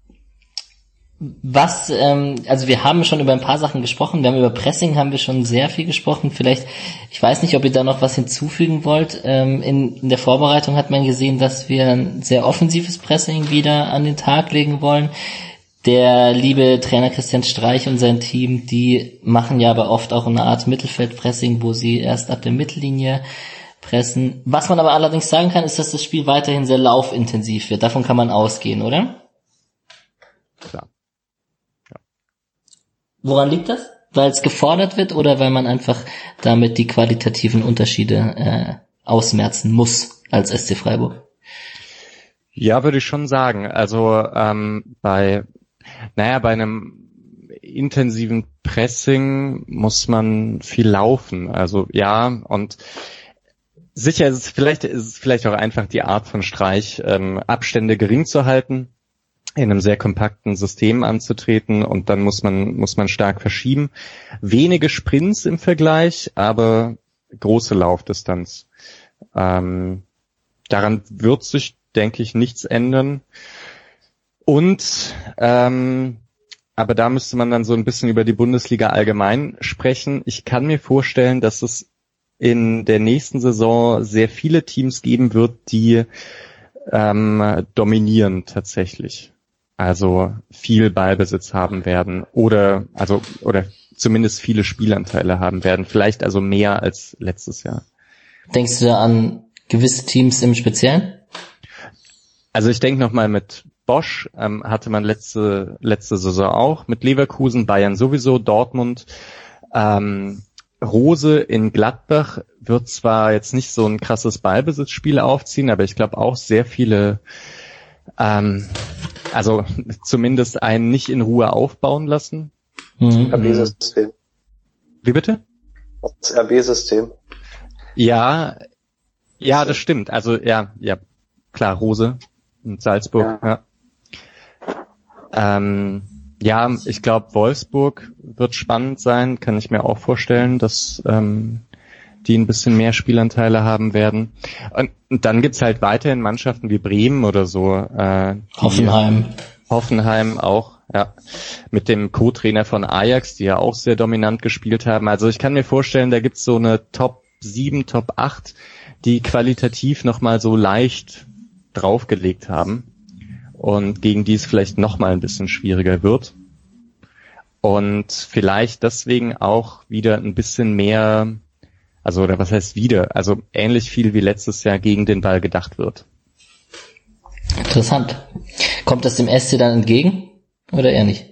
S1: was, ähm, also wir haben schon über ein paar Sachen gesprochen. Wir haben über Pressing haben wir schon sehr viel gesprochen. Vielleicht, ich weiß nicht, ob ihr da noch was hinzufügen wollt. Ähm, in, in der Vorbereitung hat man gesehen, dass wir ein sehr offensives Pressing wieder an den Tag legen wollen. Der liebe Trainer Christian Streich und sein Team, die machen ja aber oft auch eine Art Mittelfeldpressing, wo sie erst ab der Mittellinie pressen. Was man aber allerdings sagen kann, ist, dass das Spiel weiterhin sehr laufintensiv wird. Davon kann man ausgehen, oder?
S2: Klar. Ja.
S1: Woran liegt das? Weil es gefordert wird oder weil man einfach damit die qualitativen Unterschiede äh, ausmerzen muss als S C Freiburg?
S2: Ja, würde ich schon sagen. Also ähm, bei Naja, bei einem intensiven Pressing muss man viel laufen. Also ja, und sicher ist es vielleicht, ist es vielleicht auch einfach die Art von Streich, ähm, Abstände gering zu halten, in einem sehr kompakten System anzutreten und dann muss man, muss man stark verschieben. Wenige Sprints im Vergleich, aber große Laufdistanz. Ähm, daran wird sich, denke ich, nichts ändern. Und, ähm, aber da müsste man dann so ein bisschen über die Bundesliga allgemein sprechen. Ich kann mir vorstellen, dass es in der nächsten Saison sehr viele Teams geben wird, die ähm, dominieren tatsächlich. Also viel Ballbesitz haben werden oder also oder zumindest viele Spielanteile haben werden. Vielleicht also mehr als letztes Jahr.
S1: Denkst du da an gewisse Teams im Speziellen?
S2: Also ich denke nochmal mit Bosch ähm, hatte man letzte letzte Saison auch, mit Leverkusen, Bayern sowieso, Dortmund, ähm, Rose in Gladbach wird zwar jetzt nicht so ein krasses Ballbesitzspiel aufziehen, aber ich glaube auch sehr viele, ähm, also zumindest einen nicht in Ruhe aufbauen lassen.
S3: Mhm. R B-System.
S2: Wie bitte?
S3: Das R B-System.
S2: Ja, ja, das stimmt. Also ja, ja, klar, Rose in Salzburg. Ja. Ja. Ähm, ja, ich glaube, Wolfsburg wird spannend sein, kann ich mir auch vorstellen, dass ähm, die ein bisschen mehr Spielanteile haben werden. Und, und dann gibt's halt weiterhin Mannschaften wie Bremen oder so. Äh,
S1: Hoffenheim.
S2: Hoffenheim auch, ja. Mit dem Co-Trainer von Ajax, die ja auch sehr dominant gespielt haben. Also ich kann mir vorstellen, da gibt's so eine Top sieben, Top acht, die qualitativ nochmal so leicht draufgelegt haben. Und gegen die es vielleicht noch mal ein bisschen schwieriger wird. Und vielleicht deswegen auch wieder ein bisschen mehr, also oder was heißt wieder, also ähnlich viel wie letztes Jahr gegen den Ball gedacht wird.
S1: Interessant. Kommt das dem S C dann entgegen oder eher nicht?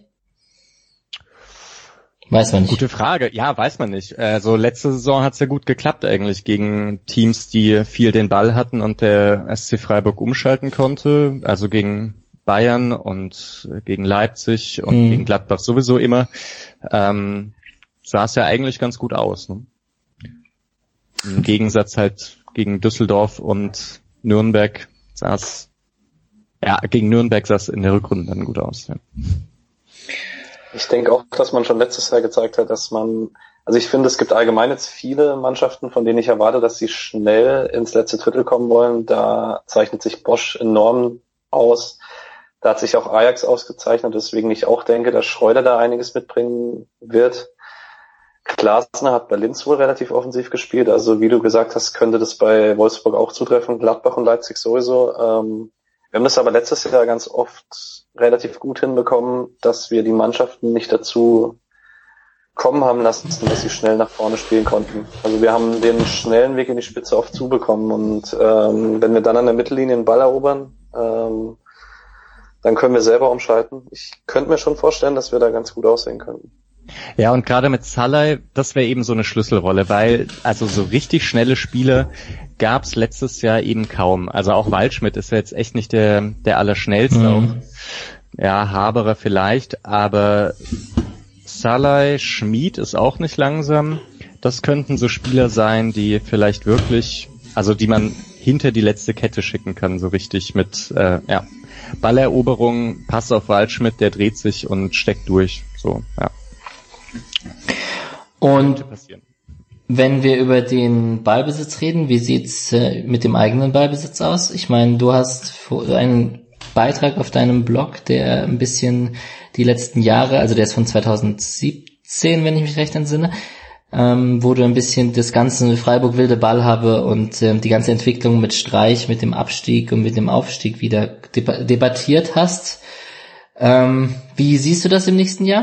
S1: Weiß man nicht.
S2: Gute Frage. Ja, weiß man nicht. Also letzte Saison hat's ja gut geklappt eigentlich gegen Teams, die viel den Ball hatten und der S C Freiburg umschalten konnte. Also gegen Bayern und gegen Leipzig und
S1: mhm.
S2: gegen Gladbach sowieso immer, ähm, sah es ja eigentlich ganz gut aus. Ne? Im Gegensatz halt gegen Düsseldorf und Nürnberg sah es, ja, gegen Nürnberg sah es in der Rückrunde dann gut aus. Ja.
S3: Ich denke auch, dass man schon letztes Jahr gezeigt hat, dass man, also ich finde, es gibt allgemein jetzt viele Mannschaften, von denen ich erwarte, dass sie schnell ins letzte Drittel kommen wollen. Da zeichnet sich Bosch enorm aus. Da hat sich auch Ajax ausgezeichnet, weswegen ich auch denke, dass Schreuder da einiges mitbringen wird. Glasner hat bei Linz wohl relativ offensiv gespielt, also wie du gesagt hast, könnte das bei Wolfsburg auch zutreffen, Gladbach und Leipzig sowieso. Ähm, wir haben das aber letztes Jahr ganz oft relativ gut hinbekommen, dass wir die Mannschaften nicht dazu kommen haben lassen, dass sie schnell nach vorne spielen konnten. Also wir haben den schnellen Weg in die Spitze oft zubekommen und ähm, wenn wir dann an der Mittellinie den Ball erobern, ähm, dann können wir selber umschalten. Ich könnte mir schon vorstellen, dass wir da ganz gut aussehen könnten.
S2: Ja, und gerade mit Salai, das wäre eben so eine Schlüsselrolle, weil also so richtig schnelle Spieler gab's letztes Jahr eben kaum. Also auch Waldschmidt ist ja jetzt echt nicht der der Allerschnellste, mhm. auch ja, Haberer vielleicht, aber Salai, Schmid ist auch nicht langsam. Das könnten so Spieler sein, die vielleicht wirklich, also die man hinter die letzte Kette schicken kann, so richtig mit äh, ja, Balleroberung, Pass auf Waldschmidt, der dreht sich und steckt durch. So, ja.
S1: Und wenn wir über den Ballbesitz reden, wie sieht's äh, mit dem eigenen Ballbesitz aus? Ich meine, du hast einen Beitrag auf deinem Blog, der ein bisschen die letzten Jahre, also der ist von zweitausendsiebzehn, wenn ich mich recht entsinne, ähm, wo du ein bisschen das ganze Freiburg wilde Ball habe und ähm, die ganze Entwicklung mit Streich, mit dem Abstieg und mit dem Aufstieg wieder deba- debattiert hast. Ähm, wie siehst du das im nächsten Jahr?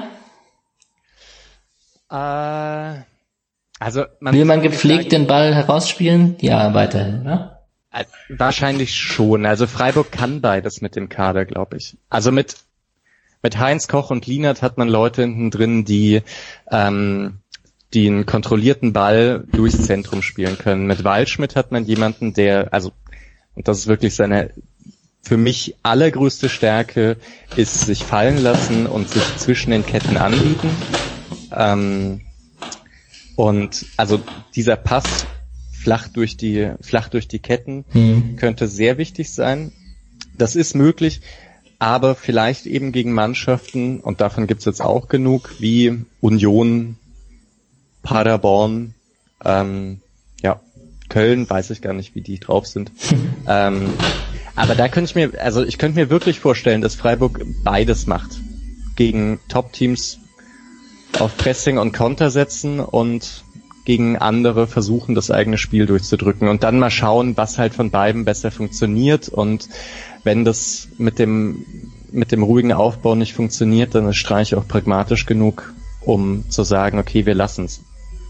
S2: Äh, also man
S1: will man gepflegt sagen, den Ball herausspielen? Ja, weiterhin, ne?
S2: Wahrscheinlich schon. Also Freiburg kann beides mit dem Kader, glaube ich. Also mit mit Heinz, Koch und Lienert hat man Leute hinten drin, die ähm, die einen kontrollierten Ball durchs Zentrum spielen können. Mit Waldschmidt hat man jemanden, der, also, und das ist wirklich seine für mich allergrößte Stärke, ist sich fallen lassen und sich zwischen den Ketten anbieten. Ähm, und also dieser Pass flach durch die flach durch die Ketten hm. könnte sehr wichtig sein. Das ist möglich, aber vielleicht eben gegen Mannschaften, und davon gibt's jetzt auch genug, wie Union, Paderborn, ähm, ja, Köln, weiß ich gar nicht, wie die drauf sind. ähm, aber da könnte ich mir, also ich könnte mir wirklich vorstellen, dass Freiburg beides macht. Gegen Top-Teams auf Pressing und Konter setzen und gegen andere versuchen, das eigene Spiel durchzudrücken und dann mal schauen, was halt von beiden besser funktioniert, und wenn das mit dem mit dem ruhigen Aufbau nicht funktioniert, dann ist Streich auch pragmatisch genug, um zu sagen, okay, wir lassen's.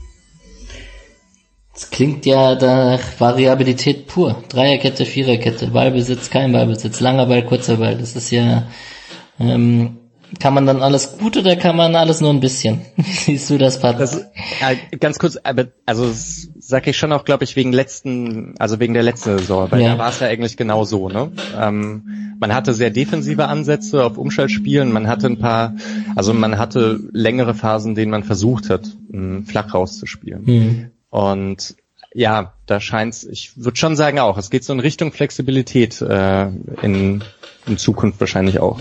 S1: Das klingt ja nach Variabilität pur. Dreierkette, Viererkette, Ballbesitz, kein Ballbesitz, langer Ball, kurzer Ball. Das ist ja, ähm, kann man dann alles gut oder kann man alles nur ein bisschen? Wie siehst du das, Patrick? Das,
S2: äh, ganz kurz, aber also das sag ich schon auch, glaube ich, wegen letzten, also wegen der letzten Saison, weil ja. da war es ja eigentlich genau so, ne? Ähm, man hatte sehr defensive Ansätze auf Umschaltspielen, man hatte ein paar, also man hatte längere Phasen, denen man versucht hat, flach rauszuspielen. Mhm. Und ja, da scheint's, ich würde schon sagen auch, es geht so in Richtung Flexibilität äh, in, in Zukunft wahrscheinlich auch.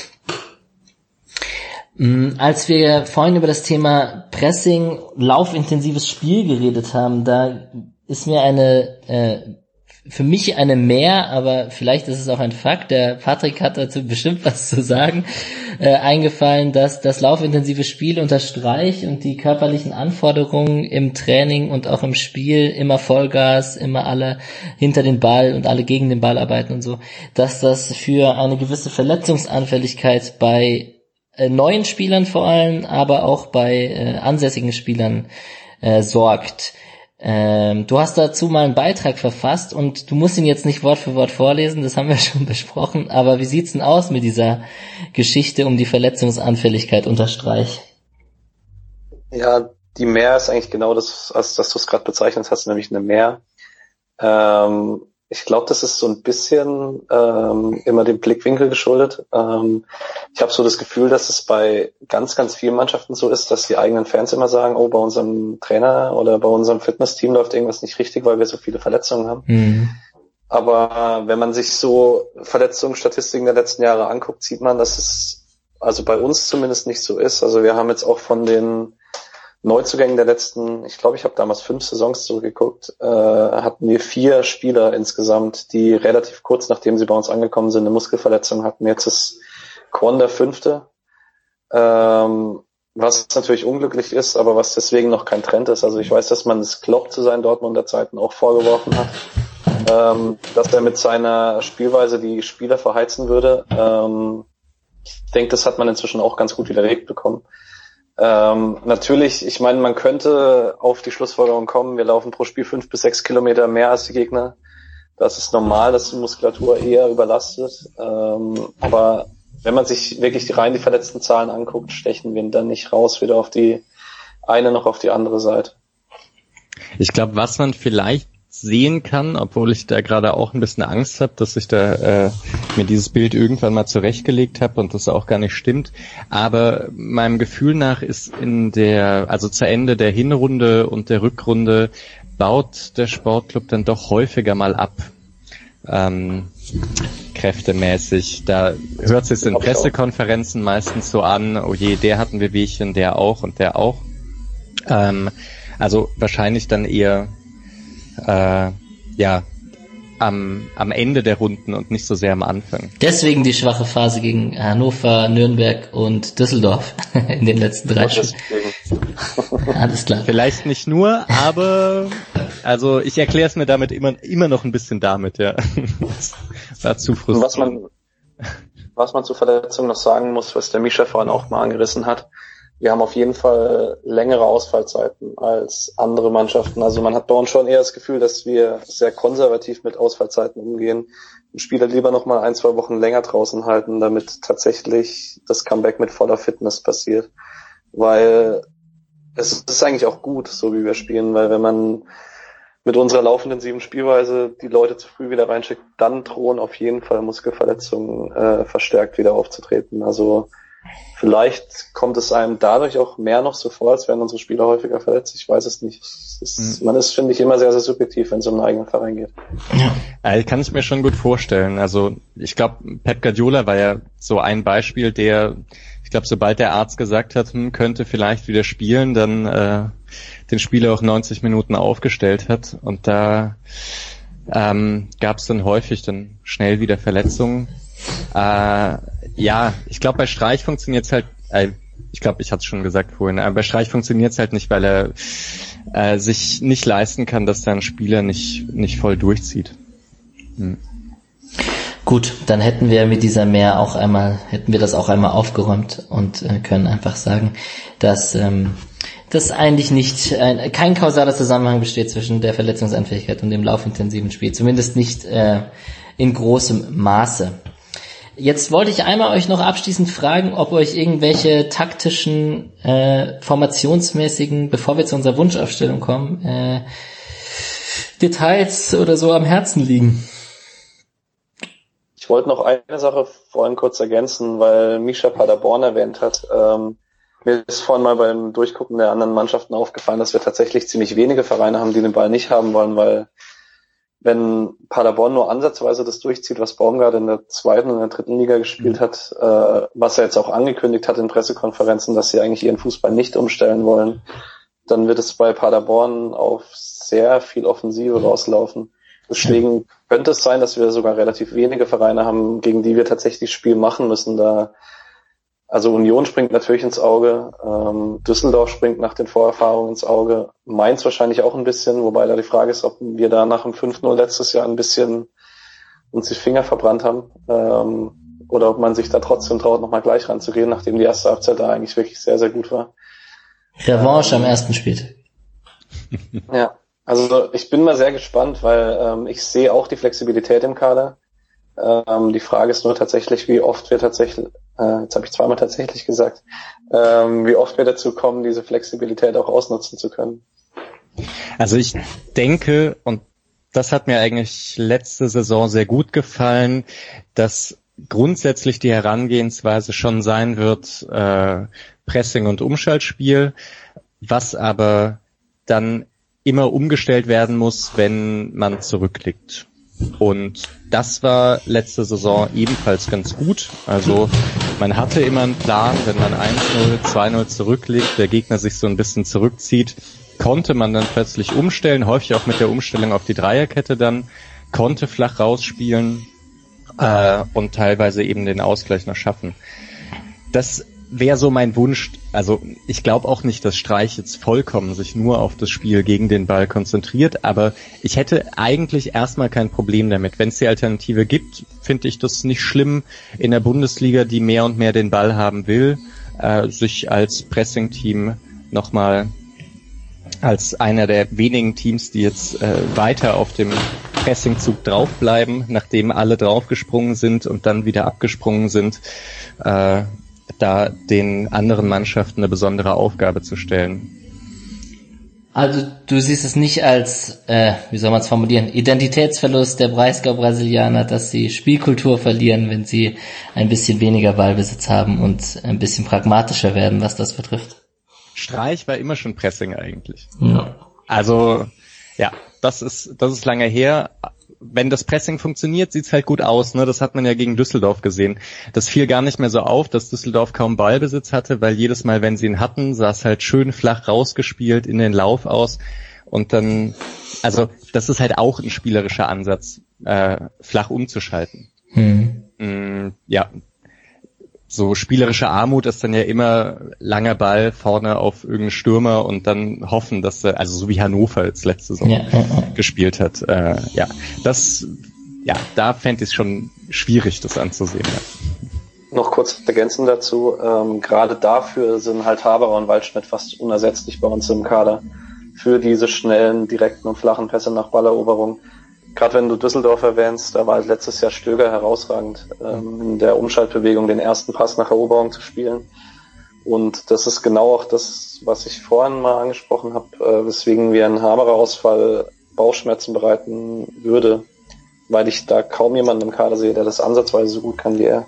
S1: Als wir vorhin über das Thema Pressing, laufintensives Spiel geredet haben, da ist mir eine, äh, für mich eine Mehr, aber vielleicht ist es auch ein Fakt, der Patrick hat dazu bestimmt was zu sagen, äh, eingefallen, dass das laufintensive Spiel unter Streich und die körperlichen Anforderungen im Training und auch im Spiel, immer Vollgas, immer alle hinter den Ball und alle gegen den Ball arbeiten und so, dass das für eine gewisse Verletzungsanfälligkeit bei neuen Spielern vor allem, aber auch bei äh, ansässigen Spielern äh, sorgt. Ähm, du hast dazu mal einen Beitrag verfasst und du musst ihn jetzt nicht Wort für Wort vorlesen, das haben wir schon besprochen, aber wie sieht's denn aus mit dieser Geschichte um die Verletzungsanfälligkeit unter Streich?
S3: Ja, die Mehr ist eigentlich genau das, als dass du es gerade bezeichnet hast, nämlich eine Mehr. Ähm, Ich glaube, das ist so ein bisschen ähm, immer dem Blickwinkel geschuldet. Ähm, ich habe so das Gefühl, dass es bei ganz, ganz vielen Mannschaften so ist, dass die eigenen Fans immer sagen, oh, bei unserem Trainer oder bei unserem Fitnessteam läuft irgendwas nicht richtig, weil wir so viele Verletzungen haben. Mhm. Aber wenn man sich so Verletzungsstatistiken der letzten Jahre anguckt, sieht man, dass es also bei uns zumindest nicht so ist. Also wir haben jetzt auch von den Neuzugängen der letzten, ich glaube, ich habe damals fünf Saisons zurückgeguckt, äh, hatten wir vier Spieler insgesamt, die relativ kurz nachdem sie bei uns angekommen sind, eine Muskelverletzung hatten. Jetzt ist Kwon der fünfte, ähm, was natürlich unglücklich ist, aber was deswegen noch kein Trend ist. Also ich weiß, dass man es Klopp zu seinen Dortmunder Zeiten auch vorgeworfen hat, ähm, dass er mit seiner Spielweise die Spieler verheizen würde. Ähm, ich denke, das hat man inzwischen auch ganz gut widerlegt bekommen. Ähm, natürlich, ich meine, man könnte auf die Schlussfolgerung kommen, wir laufen pro Spiel fünf bis sechs Kilometer mehr als die Gegner. Das ist normal, dass die Muskulatur eher überlastet. Ähm, aber wenn man sich wirklich die rein die verletzten Zahlen anguckt, stechen wir dann nicht raus, weder auf die eine noch auf die andere Seite.
S2: Ich glaube, was man vielleicht sehen kann, obwohl ich da gerade auch ein bisschen Angst habe, dass ich da äh, mir dieses Bild irgendwann mal zurechtgelegt habe und das auch gar nicht stimmt. Aber meinem Gefühl nach ist in der, also zu Ende der Hinrunde und der Rückrunde baut der Sportclub dann doch häufiger mal ab. Ähm, kräftemäßig. Da hört es in Pressekonferenzen meistens so an, oh je, der hat ein Wehwehchen, der auch und der auch. Ähm, also wahrscheinlich dann eher Äh, ja, am, am Ende der Runden und nicht so sehr am Anfang.
S1: Deswegen die schwache Phase gegen Hannover, Nürnberg und Düsseldorf in den letzten drei Spielen. Alles klar.
S2: Vielleicht nicht nur, aber also ich erkläre es mir damit immer immer noch ein bisschen damit, ja. Das war zu frustrierend.
S3: Was man, was man zur Verletzung noch sagen muss, was der Mischa vorhin auch mal angerissen hat, wir haben auf jeden Fall längere Ausfallzeiten als andere Mannschaften. Also man hat bei uns schon eher das Gefühl, dass wir sehr konservativ mit Ausfallzeiten umgehen. Den Spieler lieber noch mal ein, zwei Wochen länger draußen halten, damit tatsächlich das Comeback mit voller Fitness passiert. Weil es ist eigentlich auch gut, so wie wir spielen, weil wenn man mit unserer laufintensiven Spielweise die Leute zu früh wieder reinschickt, dann drohen auf jeden Fall Muskelverletzungen äh, verstärkt wieder aufzutreten. Also vielleicht kommt es einem dadurch auch mehr noch so vor, als wären unsere Spieler häufiger verletzt. Ich weiß es nicht. Es ist, mhm. Man ist, finde ich, immer sehr, sehr subjektiv, wenn es um einen eigenen Verein geht.
S2: Ja, also kann ich mir schon gut vorstellen. Also ich glaube, Pep Guardiola war ja so ein Beispiel, der, ich glaube, sobald der Arzt gesagt hat, hm, könnte vielleicht wieder spielen, dann äh, den Spieler auch neunzig Minuten aufgestellt hat. Und da ähm, gab es dann häufig dann schnell wieder Verletzungen. Äh, ja, ich glaube, bei Streich funktioniert es halt, äh, ich glaube, ich hatte es schon gesagt vorhin, aber bei Streich funktioniert es halt nicht, weil er äh, sich nicht leisten kann, dass da ein Spieler nicht nicht voll durchzieht. Hm.
S1: Gut, dann hätten wir mit dieser mehr auch einmal, hätten wir das auch einmal aufgeräumt und äh, können einfach sagen, dass ähm, dass eigentlich nicht ein, kein kausaler Zusammenhang besteht zwischen der Verletzungsanfälligkeit und dem laufintensiven Spiel, zumindest nicht äh, in großem Maße. Jetzt wollte ich einmal euch noch abschließend fragen, ob euch irgendwelche taktischen, äh, formationsmäßigen, bevor wir zu unserer Wunschaufstellung kommen, äh, Details oder so am Herzen liegen.
S3: Ich wollte noch eine Sache vorhin kurz ergänzen, weil Mischa Paderborn erwähnt hat. Ähm, mir ist vorhin mal beim Durchgucken der anderen Mannschaften aufgefallen, dass wir tatsächlich ziemlich wenige Vereine haben, die den Ball nicht haben wollen, weil wenn Paderborn nur ansatzweise das durchzieht, was Baumgart in der zweiten und der dritten Liga gespielt hat, äh, was er jetzt auch angekündigt hat in Pressekonferenzen, dass sie eigentlich ihren Fußball nicht umstellen wollen, dann wird es bei Paderborn auf sehr viel Offensive rauslaufen. Deswegen könnte es sein, dass wir sogar relativ wenige Vereine haben, gegen die wir tatsächlich das Spiel machen müssen. Da Also Union springt natürlich ins Auge, ähm, Düsseldorf springt nach den Vorerfahrungen ins Auge, Mainz wahrscheinlich auch ein bisschen, wobei da die Frage ist, ob wir da nach dem fünf null letztes Jahr ein bisschen uns die Finger verbrannt haben, ähm, oder ob man sich da trotzdem traut, nochmal gleich ranzugehen, nachdem die erste Halbzeit da eigentlich wirklich sehr, sehr gut war.
S1: Revanche ähm, am ersten Spiel.
S3: Ja, also ich bin mal sehr gespannt, weil ähm, ich sehe auch die Flexibilität im Kader. Ähm, die Frage ist nur tatsächlich, wie oft wir tatsächlich, äh, jetzt habe ich zweimal tatsächlich gesagt, ähm, wie oft wir dazu kommen, diese Flexibilität auch ausnutzen zu können.
S2: Also ich denke, und das hat mir eigentlich letzte Saison sehr gut gefallen, dass grundsätzlich die Herangehensweise schon sein wird, äh, Pressing und Umschaltspiel, was aber dann immer umgestellt werden muss, wenn man zurückliegt. Und das war letzte Saison ebenfalls ganz gut. Also man hatte immer einen Plan, wenn man eins null, zwei null zurückliegt, der Gegner sich so ein bisschen zurückzieht, konnte man dann plötzlich umstellen, häufig auch mit der Umstellung auf die Dreierkette dann, konnte flach rausspielen äh, und teilweise eben den Ausgleich noch schaffen. Das wäre so mein Wunsch. Also ich glaube auch nicht, dass Streich jetzt vollkommen sich nur auf das Spiel gegen den Ball konzentriert, aber ich hätte eigentlich erstmal kein Problem damit. Wenn es die Alternative gibt, finde ich das nicht schlimm, in der Bundesliga, die mehr und mehr den Ball haben will, äh, sich als Pressing-Team nochmal als einer der wenigen Teams, die jetzt äh, weiter auf dem Pressingzug draufbleiben, nachdem alle draufgesprungen sind und dann wieder abgesprungen sind, äh, da den anderen Mannschaften eine besondere Aufgabe zu stellen.
S1: Also du siehst es nicht als, äh, wie soll man es formulieren, Identitätsverlust der Breisgau-Brasilianer, dass sie Spielkultur verlieren, wenn sie ein bisschen weniger Ballbesitz haben und ein bisschen pragmatischer werden, was das betrifft.
S2: Streich war immer schon Pressing eigentlich.
S1: Ja.
S2: Also, ja, das ist, das ist lange her. Wenn das Pressing funktioniert, sieht's halt gut aus, ne? Das hat man ja gegen Düsseldorf gesehen. Das fiel gar nicht mehr so auf, dass Düsseldorf kaum Ballbesitz hatte, weil jedes Mal, wenn sie ihn hatten, sah es halt schön flach rausgespielt in den Lauf aus. Und dann, also, das ist halt auch ein spielerischer Ansatz, äh, flach umzuschalten.
S1: Hm.
S2: Mm, ja. So spielerische Armut ist dann ja immer langer Ball vorne auf irgendeinen Stürmer und dann hoffen, dass er, also so wie Hannover jetzt letzte Saison
S1: ja, ja, ja.
S2: gespielt hat. Äh, ja, das, ja, da fände ich es schon schwierig, das anzusehen. Ja.
S3: Noch kurz ergänzend dazu, ähm, gerade dafür sind halt Haberer und Waldschmidt fast unersetzlich bei uns im Kader. Für diese schnellen, direkten und flachen Pässe nach Balleroberung. Gerade wenn du Düsseldorf erwähnst, da war halt letztes Jahr Stöger herausragend, ähm, in der Umschaltbewegung den ersten Pass nach Eroberung zu spielen. Und das ist genau auch das, was ich vorhin mal angesprochen habe, äh, weswegen mir ein Haberer-Ausfall Bauchschmerzen bereiten würde, weil ich da kaum jemanden im Kader sehe, der das ansatzweise so gut kann wie er.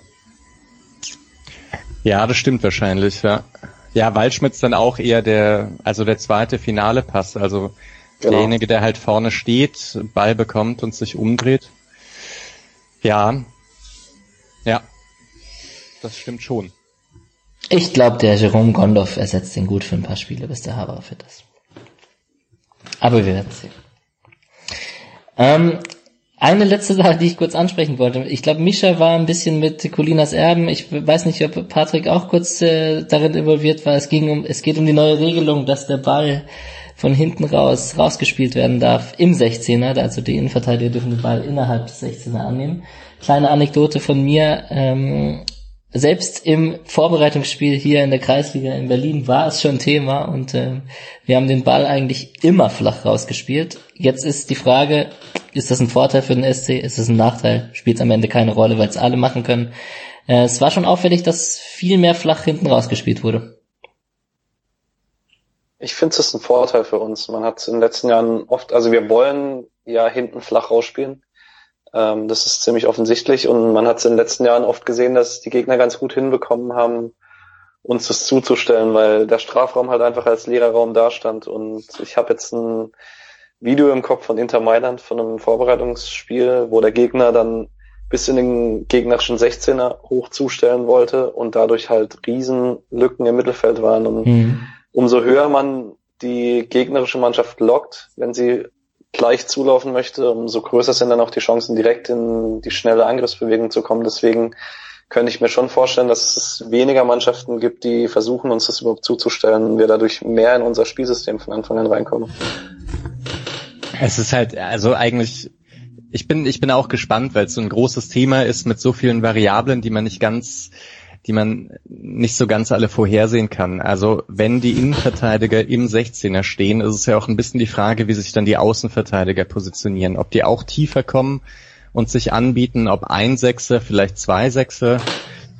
S2: Ja, das stimmt wahrscheinlich, ja. Ja, Waldschmidt ist dann auch eher der, also der zweite finale Pass, also genau. Derjenige, der halt vorne steht, Ball bekommt und sich umdreht. Ja. Ja. Das stimmt schon.
S1: Ich glaube, der Jerome Gondorf ersetzt den gut für ein paar Spiele, bis der Haberer fit ist. Aber wir werden sehen. Ähm, eine letzte Sache, die ich kurz ansprechen wollte. Ich glaube, Mischa war ein bisschen mit Colinas Erben. Ich weiß nicht, ob Patrick auch kurz äh, darin involviert war. Es ging um, es geht um die neue Regelung, dass der Ball von hinten raus rausgespielt werden darf im sechzehner, also die Innenverteidiger dürfen den Ball innerhalb des sechzehner annehmen. Kleine Anekdote von mir, ähm, selbst im Vorbereitungsspiel hier in der Kreisliga in Berlin war es schon Thema und äh, wir haben den Ball eigentlich immer flach rausgespielt. Jetzt ist die Frage, ist das ein Vorteil für den S C, ist es ein Nachteil, spielt es am Ende keine Rolle, weil es alle machen können. Äh, es war schon auffällig, dass viel mehr flach hinten rausgespielt wurde.
S3: Ich finde, es ist ein Vorteil für uns. Man hat in den letzten Jahren oft, also wir wollen ja hinten flach rausspielen. Ähm, das ist ziemlich offensichtlich und man hat es in den letzten Jahren oft gesehen, dass die Gegner ganz gut hinbekommen haben, uns das zuzustellen, weil der Strafraum halt einfach als leerer Raum dastand. Und ich habe jetzt ein Video im Kopf von Inter Mailand von einem Vorbereitungsspiel, wo der Gegner dann bis in den gegnerischen sechzehner hoch zustellen wollte und dadurch halt riesen Lücken im Mittelfeld waren. Und mhm. umso höher man die gegnerische Mannschaft lockt, wenn sie gleich zulaufen möchte, umso größer sind dann auch die Chancen, direkt in die schnelle Angriffsbewegung zu kommen. Deswegen könnte ich mir schon vorstellen, dass es weniger Mannschaften gibt, die versuchen, uns das überhaupt zuzustellen und wir dadurch mehr in unser Spielsystem von Anfang an reinkommen.
S2: Es ist halt, also eigentlich, ich bin, ich bin auch gespannt, weil es so ein großes Thema ist mit so vielen Variablen, die man nicht ganz, die man nicht so ganz alle vorhersehen kann. Also wenn die Innenverteidiger im sechzehner stehen, ist es ja auch ein bisschen die Frage, wie sich dann die Außenverteidiger positionieren. Ob die auch tiefer kommen und sich anbieten, ob ein Sechser, vielleicht zwei Sechser.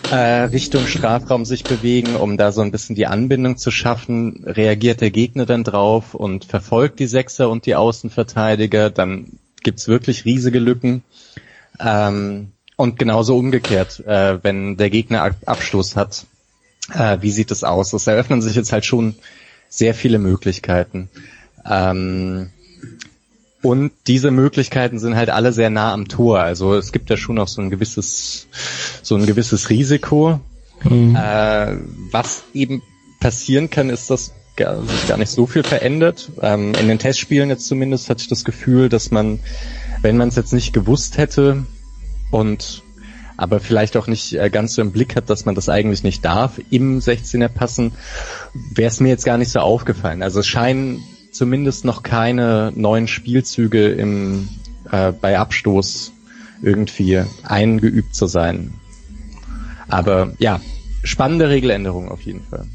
S2: äh, Richtung Strafraum sich bewegen, um da so ein bisschen die Anbindung zu schaffen, reagiert der Gegner dann drauf und verfolgt die Sechser und die Außenverteidiger, dann gibt's wirklich riesige Lücken. Ähm, und genauso umgekehrt, äh, wenn der Gegner Ab- Abstoß hat, äh, wie sieht es aus? Es eröffnen sich jetzt halt schon sehr viele Möglichkeiten. Ähm, Und diese Möglichkeiten sind halt alle sehr nah am Tor. Also es gibt ja schon auch so ein gewisses, so ein gewisses Risiko. Mhm. Äh, was eben passieren kann, ist, dass gar, sich gar nicht so viel verändert. Ähm, in den Testspielen jetzt zumindest hatte ich das Gefühl, dass man, wenn man es jetzt nicht gewusst hätte und aber vielleicht auch nicht äh, ganz so im Blick hat, dass man das eigentlich nicht darf, im sechzehner passen, wäre es mir jetzt gar nicht so aufgefallen. Also es scheinen zumindest noch keine neuen Spielzüge im äh, bei Abstoß irgendwie eingeübt zu sein. Aber ja, spannende Regeländerung auf jeden Fall.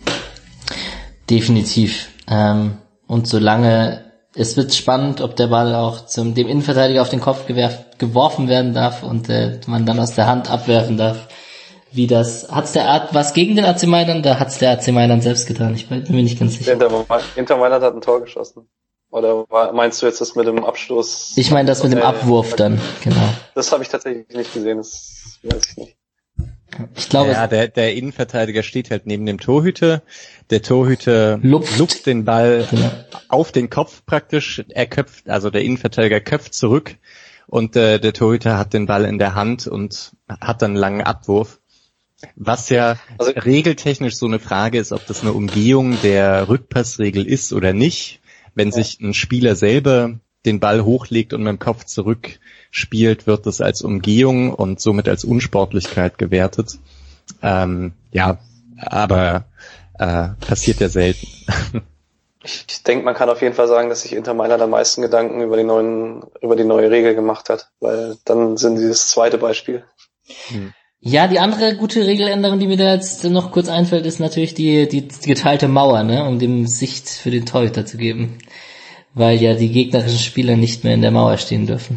S1: Definitiv. Ähm, und solange, es wird spannend, ob der Ball auch zum dem Innenverteidiger auf den Kopf gewerf, geworfen werden darf und äh, man dann aus der Hand abwerfen darf. Wie das, hat's der Art, was gegen den A C Mailand, da hat's der A C Mailand selbst getan? Ich bin mir nicht ganz sicher.
S3: Inter, Inter Mailand hat ein Tor geschossen. Oder meinst du jetzt das mit dem Abstoß?
S1: Ich meine das mit dem Abwurf dann, genau.
S3: Das habe ich tatsächlich nicht gesehen, das weiß ich nicht.
S1: Ich glaube,
S2: ja, der, der Innenverteidiger steht halt neben dem Torhüter. Der Torhüter
S1: lupft,
S2: lupft den Ball
S1: genau.
S2: auf den Kopf praktisch. Er köpft, also der Innenverteidiger köpft zurück und äh, der Torhüter hat den Ball in der Hand und hat dann einen langen Abwurf. Was ja also, regeltechnisch so eine Frage ist, ob das eine Umgehung der Rückpassregel ist oder nicht. Wenn ja. sich ein Spieler selber den Ball hochlegt und mit dem Kopf zurückspielt, wird das als Umgehung und somit als Unsportlichkeit gewertet. Ähm, ja, aber äh, passiert ja selten.
S3: Ich denke, man kann auf jeden Fall sagen, dass sich Inter Mailand am meisten Gedanken über die neuen, über die neue Regel gemacht hat, weil dann sind sie das zweite Beispiel.
S1: Hm. Ja, die andere gute Regeländerung, die mir da jetzt noch kurz einfällt, ist natürlich die, die, die geteilte Mauer, ne, um dem Sicht für den Torhüter zu geben. Weil ja die gegnerischen Spieler nicht mehr in der Mauer stehen dürfen.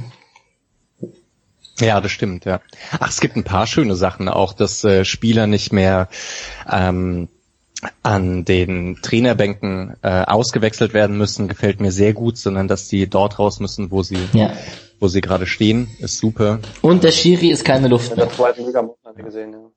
S2: Ja, das stimmt, ja. Ach, es gibt ein paar schöne Sachen, auch dass äh, Spieler nicht mehr ähm, an den Trainerbänken äh, ausgewechselt werden müssen, gefällt mir sehr gut, sondern dass die dort raus müssen, wo sie ja. wo sie gerade stehen, ist super.
S1: Und der Schiri ist keine Luft mehr.
S3: In der zweiten Liga haben wir gesehen, ja.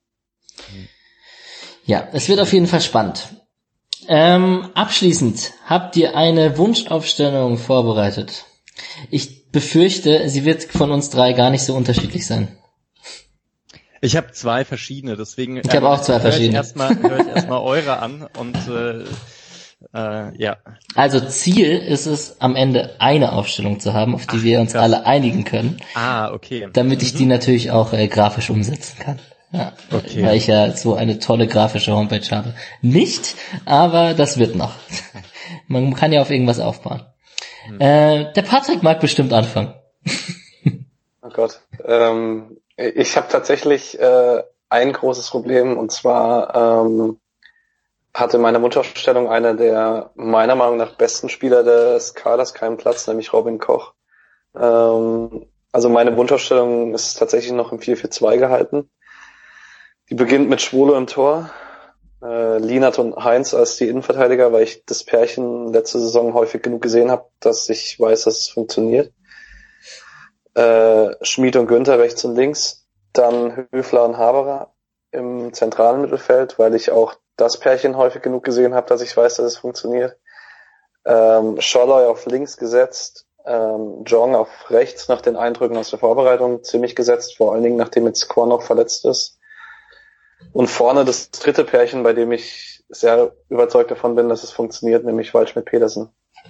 S1: Ja, es wird auf jeden Fall spannend. Ähm, abschließend, habt ihr eine Wunschaufstellung vorbereitet? Ich befürchte, sie wird von uns drei gar nicht so unterschiedlich sein.
S2: Ich habe zwei verschiedene, deswegen
S1: ich habe auch zwei
S2: hör
S1: verschiedene.
S2: Ich erstmal, hör ich erstmal eure an und äh, äh, ja.
S1: Also Ziel ist es, am Ende eine Aufstellung zu haben, auf die Ach, wir uns krass. alle einigen können.
S2: Ah, okay.
S1: Damit ich mhm. die natürlich auch äh, grafisch umsetzen kann. Ja, okay. Weil ich ja so eine tolle grafische Homepage habe. Nicht, aber das wird noch. Man kann ja auf irgendwas aufbauen. Hm. Äh, der Patrick mag bestimmt anfangen.
S3: Oh Gott. Ähm, ich habe tatsächlich äh, ein großes Problem, und zwar ähm, hatte meine Wunschaufstellung einer der meiner Meinung nach besten Spieler des Kaders keinen Platz, nämlich Robin Koch. Ähm, also meine Wunschaufstellung ist tatsächlich noch im vier vier zwei gehalten. Die beginnt mit Schwolo im Tor, äh, Lienert und Heinz als die Innenverteidiger, weil ich das Pärchen letzte Saison häufig genug gesehen habe, dass ich weiß, dass es funktioniert. Äh, Schmid und Günther rechts und links, dann Höfler und Haberer im zentralen Mittelfeld, weil ich auch das Pärchen häufig genug gesehen habe, dass ich weiß, dass es funktioniert. Ähm, Scholloy auf links gesetzt, ähm, Jong auf rechts nach den Eindrücken aus der Vorbereitung ziemlich gesetzt, vor allen Dingen nachdem jetzt Korn noch verletzt ist. Und vorne das dritte Pärchen, bei dem ich sehr überzeugt davon bin, dass es funktioniert, nämlich Waldschmidt-Petersen.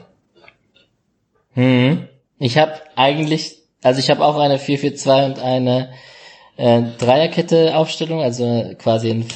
S1: Hm. Ich habe eigentlich, also ich habe auch eine vier vier zwei und eine äh, Dreierkette-Aufstellung, also quasi ein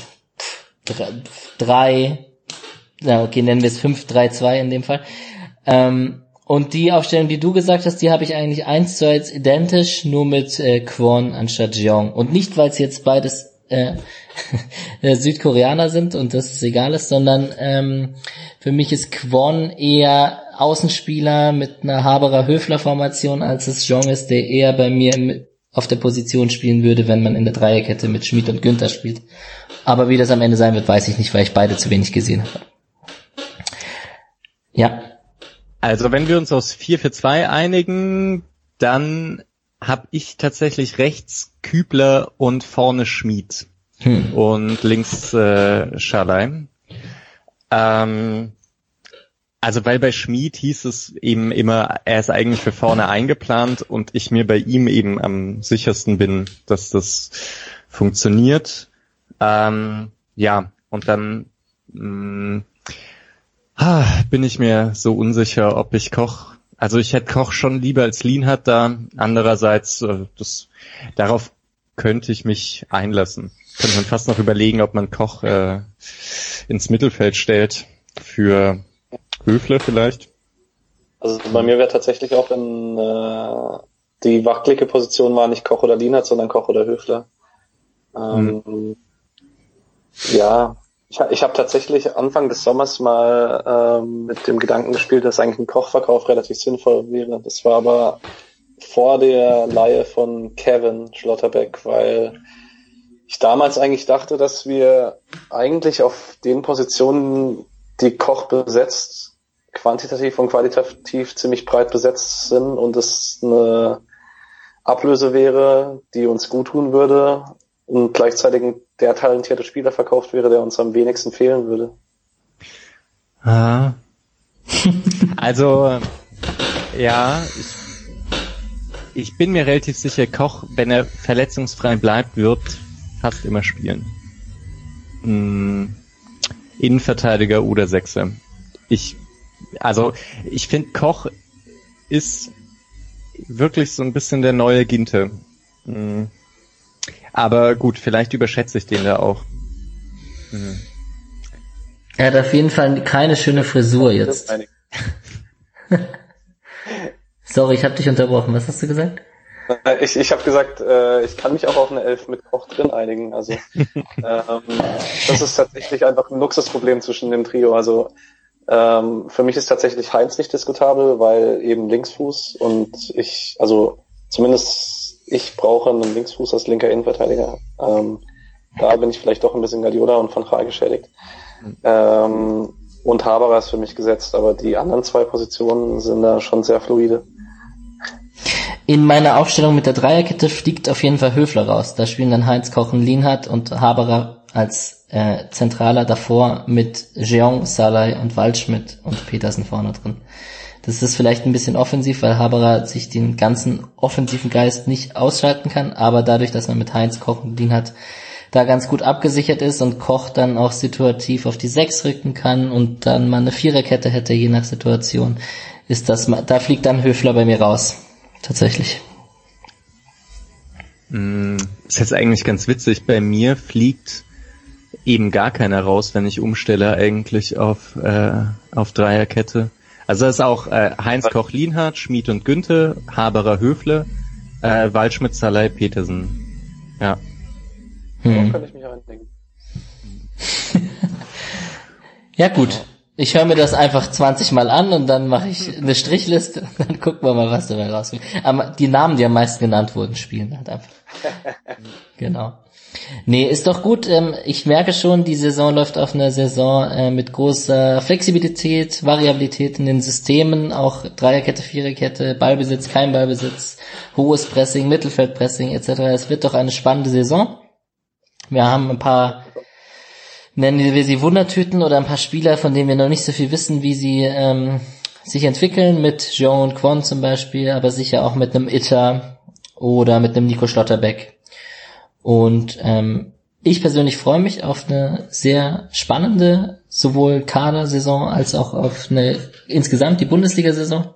S1: drei, ja okay, nennen wir es fünf drei zwei in dem Fall. Ähm, und die Aufstellung, die du gesagt hast, die habe ich eigentlich eins zu eins identisch, nur mit äh, Kwon anstatt Jeong. Und nicht, weil es jetzt beides äh, Südkoreaner sind und das ist egal ist, sondern ähm, für mich ist Kwon eher Außenspieler mit einer Haberer-Höfler-Formation, als es Jeong ist, der eher bei mir im auf der Position spielen würde, wenn man in der Dreierkette mit Schmid und Günther spielt. Aber wie das am Ende sein wird, weiß ich nicht, weil ich beide zu wenig gesehen habe. Ja.
S2: Also wenn wir uns aufs vier vier zwei einigen, dann habe ich tatsächlich rechts Kübler und vorne Schmid hm. und links äh, Schalay. Ähm, also weil bei Schmid hieß es eben immer, er ist eigentlich für vorne eingeplant und ich mir bei ihm eben am sichersten bin, dass das funktioniert. Ähm, ja, und dann mh, ah, bin ich mir so unsicher, ob ich Koch, also ich hätte Koch schon lieber als Lienhardt da. Andererseits, äh, das, darauf könnte ich mich einlassen. Könnte man fast noch überlegen, ob man Koch äh, ins Mittelfeld stellt für Höfler vielleicht.
S3: Also bei mir wäre tatsächlich auch, wenn äh, die wackelige Position war nicht Koch oder Lienhardt, sondern Koch oder Höfler. Ähm, hm. Ja, ich, ich habe tatsächlich Anfang des Sommers mal ähm, mit dem Gedanken gespielt, dass eigentlich ein Kochverkauf relativ sinnvoll wäre. Das war aber vor der Leihe von Kevin Schlotterbeck, weil ich damals eigentlich dachte, dass wir eigentlich auf den Positionen, die Koch besetzt, quantitativ und qualitativ ziemlich breit besetzt sind und es eine Ablöse wäre, die uns gut tun würde und gleichzeitig der talentierte Spieler verkauft wäre, der uns am wenigsten fehlen würde.
S2: Ah. Also, ja, ich, ich bin mir relativ sicher, Koch, wenn er verletzungsfrei bleibt, wird fast immer spielen. Hm, Innenverteidiger oder Sechser. Ich, also, ich finde, Koch ist wirklich so ein bisschen der neue Ginte. Hm. Aber gut, vielleicht überschätze ich den da auch. Hm.
S1: Er hat auf jeden Fall keine schöne Frisur jetzt. Sorry, ich habe dich unterbrochen. Was hast du gesagt?
S3: Ich, ich habe gesagt, äh, ich kann mich auch auf eine Elf mit Koch drin einigen. Also ähm, das ist tatsächlich einfach ein Luxusproblem zwischen dem Trio. Also ähm, für mich ist tatsächlich Heinz nicht diskutabel, weil eben Linksfuß und ich, also zumindest ich brauche einen Linksfuß als linker Innenverteidiger. Ähm, da bin ich vielleicht doch ein bisschen Guardiola und Van Gaal geschädigt. Ähm, und Haberer ist für mich gesetzt, aber die anderen zwei Positionen sind da schon sehr fluide.
S1: In meiner Aufstellung mit der Dreierkette fliegt auf jeden Fall Höfler raus. Da spielen dann Heinz, Koch und Lienhardt und Haberer als äh, Zentraler davor mit Jeong, Salai und Waldschmidt und Petersen vorne drin. Das ist vielleicht ein bisschen offensiv, weil Haberer sich den ganzen offensiven Geist nicht ausschalten kann, aber dadurch, dass man mit Heinz, Koch und Lienhardt da ganz gut abgesichert ist und Koch dann auch situativ auf die Sechs rücken kann und dann mal eine Viererkette hätte, je nach Situation, ist das, da fliegt dann Höfler bei mir raus. Tatsächlich.
S2: Ist jetzt eigentlich ganz witzig. Bei mir fliegt eben gar keiner raus, wenn ich umstelle eigentlich auf, äh, auf Dreierkette. Also das ist auch äh, Heinz, Koch, Lienhardt, Schmid und Günther, Haberer, Höfle, äh, Waldschmidt, Salai, Petersen. Ja.
S3: Hm. So kann ich mich reindenken.
S1: Ja gut, ich höre mir das einfach zwanzig Mal an und dann mache ich eine Strichliste und dann gucken wir mal, was dabei rauskommt. Aber die Namen, die am meisten genannt wurden, spielen halt einfach. Genau. Nee, ist doch gut. Ich merke schon, die Saison läuft auf einer Saison mit großer Flexibilität, Variabilität in den Systemen, auch Dreierkette, Viererkette, Ballbesitz, kein Ballbesitz, hohes Pressing, Mittelfeldpressing et cetera. Es wird doch eine spannende Saison. Wir haben ein paar, nennen wir sie Wundertüten oder ein paar Spieler, von denen wir noch nicht so viel wissen, wie sie ähm, sich entwickeln, mit Jeong und Kwon zum Beispiel, aber sicher auch mit einem Itter oder mit einem Nico Schlotterbeck. Und ähm, ich persönlich freue mich auf eine sehr spannende, sowohl Kader-Saison als auch auf eine insgesamt die Bundesliga-Saison.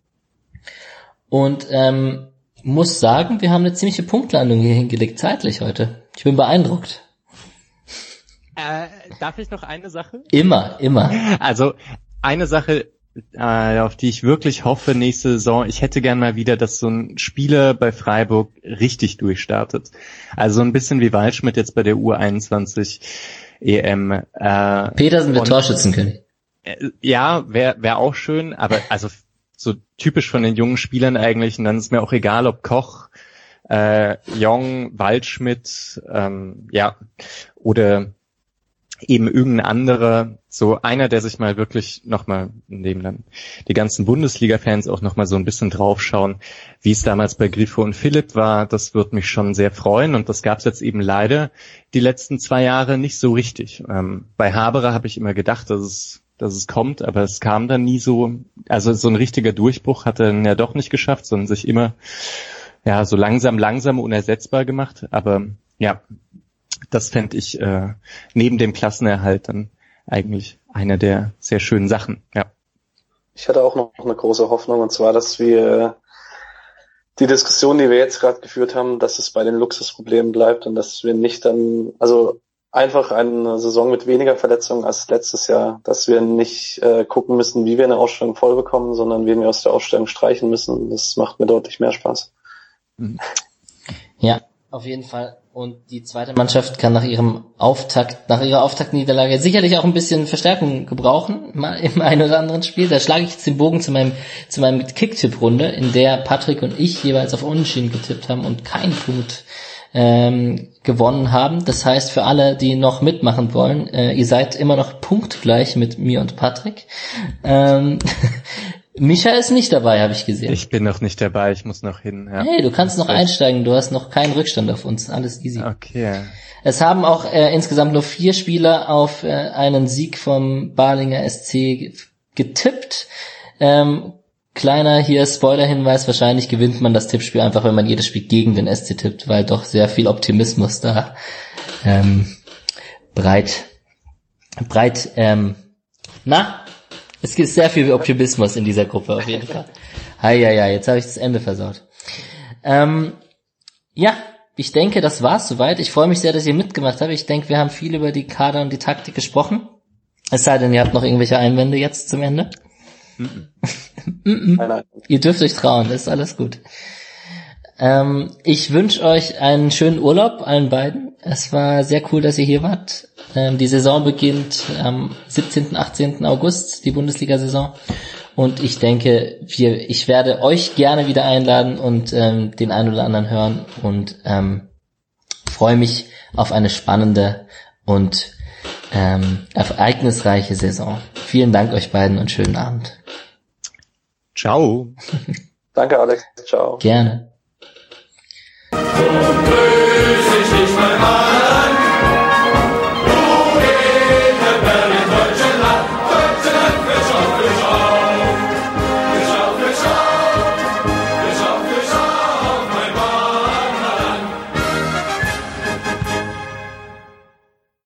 S1: Und ähm, muss sagen, wir haben eine ziemliche Punktlandung hier hingelegt, zeitlich heute. Ich bin beeindruckt.
S2: Äh, darf ich noch eine Sache?
S1: Immer, immer.
S2: Also eine Sache, äh, auf die ich wirklich hoffe nächste Saison, ich hätte gern mal wieder, dass so ein Spieler bei Freiburg richtig durchstartet. Also so ein bisschen wie Waldschmidt jetzt bei der U einundzwanzig E M. Äh,
S1: Petersen wird Torschützenkönig.
S2: Äh, ja, wäre wär auch schön, aber also so typisch von den jungen Spielern eigentlich, und dann ist mir auch egal, ob Koch äh, Jong, Waldschmidt, ähm, ja, oder eben irgendein anderer, so einer, der sich mal wirklich nochmal, in dem dann die ganzen Bundesliga-Fans auch nochmal so ein bisschen draufschauen, wie es damals bei Grifo und Philipp war, das wird mich schon sehr freuen und das gab es jetzt eben leider die letzten zwei Jahre nicht so richtig. Ähm, bei Haberer habe ich immer gedacht, dass es, dass es kommt, aber es kam dann nie so, also so ein richtiger Durchbruch hat er dann ja doch nicht geschafft, sondern sich immer, ja, so langsam, langsam unersetzbar gemacht, aber ja, das fände ich äh, neben dem Klassenerhalt dann eigentlich eine der sehr schönen Sachen, ja.
S3: Ich hatte auch noch eine große Hoffnung, und zwar, dass wir die Diskussion, die wir jetzt gerade geführt haben, dass es bei den Luxusproblemen bleibt und dass wir nicht dann, also einfach eine Saison mit weniger Verletzungen als letztes Jahr, dass wir nicht äh, gucken müssen, wie wir eine Ausstellung voll bekommen, sondern wen wir aus der Ausstellung streichen müssen. Das macht mir deutlich mehr Spaß.
S1: Ja, auf jeden Fall. Und die zweite Mannschaft kann nach ihrem Auftakt, nach ihrer Auftaktniederlage sicherlich auch ein bisschen Verstärkung gebrauchen, mal im einen oder anderen Spiel. Da schlage ich jetzt den Bogen zu meinem, zu meinem Kicktipp-Runde, in der Patrick und ich jeweils auf Unentschieden getippt haben und keinen Punkt ähm, gewonnen haben. Das heißt, für alle, die noch mitmachen wollen, äh, ihr seid immer noch punktgleich mit mir und Patrick. Ähm, Micha ist nicht dabei, habe ich gesehen.
S2: Ich bin noch nicht dabei, ich muss noch hin. Ja.
S1: Hey, du kannst noch einsteigen, du hast noch keinen Rückstand auf uns, alles easy.
S2: Okay.
S1: Es haben auch äh, insgesamt nur vier Spieler auf äh, einen Sieg vom Balinger S C getippt. Ähm, kleiner hier Spoiler-Hinweis, wahrscheinlich gewinnt man das Tippspiel einfach, wenn man jedes Spiel gegen den S C tippt, weil doch sehr viel Optimismus da ähm, breit, breit, ähm, na? Es gibt sehr viel Optimismus in dieser Gruppe, auf jeden Fall. Hei, hei, hei, jetzt habe ich das Ende versaut. Ähm, ja, ich denke, das war's soweit. Ich freue mich sehr, dass ihr mitgemacht habt. Ich denke, wir haben viel über die Kader und die Taktik gesprochen. Es sei denn, ihr habt noch irgendwelche Einwände jetzt zum Ende.
S3: Nein, nein.
S1: Ihr dürft euch trauen, ist alles gut. Ähm, ich wünsche euch einen schönen Urlaub, allen beiden. Es war sehr cool, dass ihr hier wart. Ähm, die Saison beginnt am siebzehnten, achtzehnten August, die Bundesliga-Saison. Und ich denke, wir, ich werde euch gerne wieder einladen und ähm, den einen oder anderen hören und ähm, freue mich auf eine spannende und ähm, ereignisreiche Saison. Vielen Dank euch beiden und schönen Abend.
S2: Ciao.
S3: Danke, Alex. Ciao.
S1: Gerne.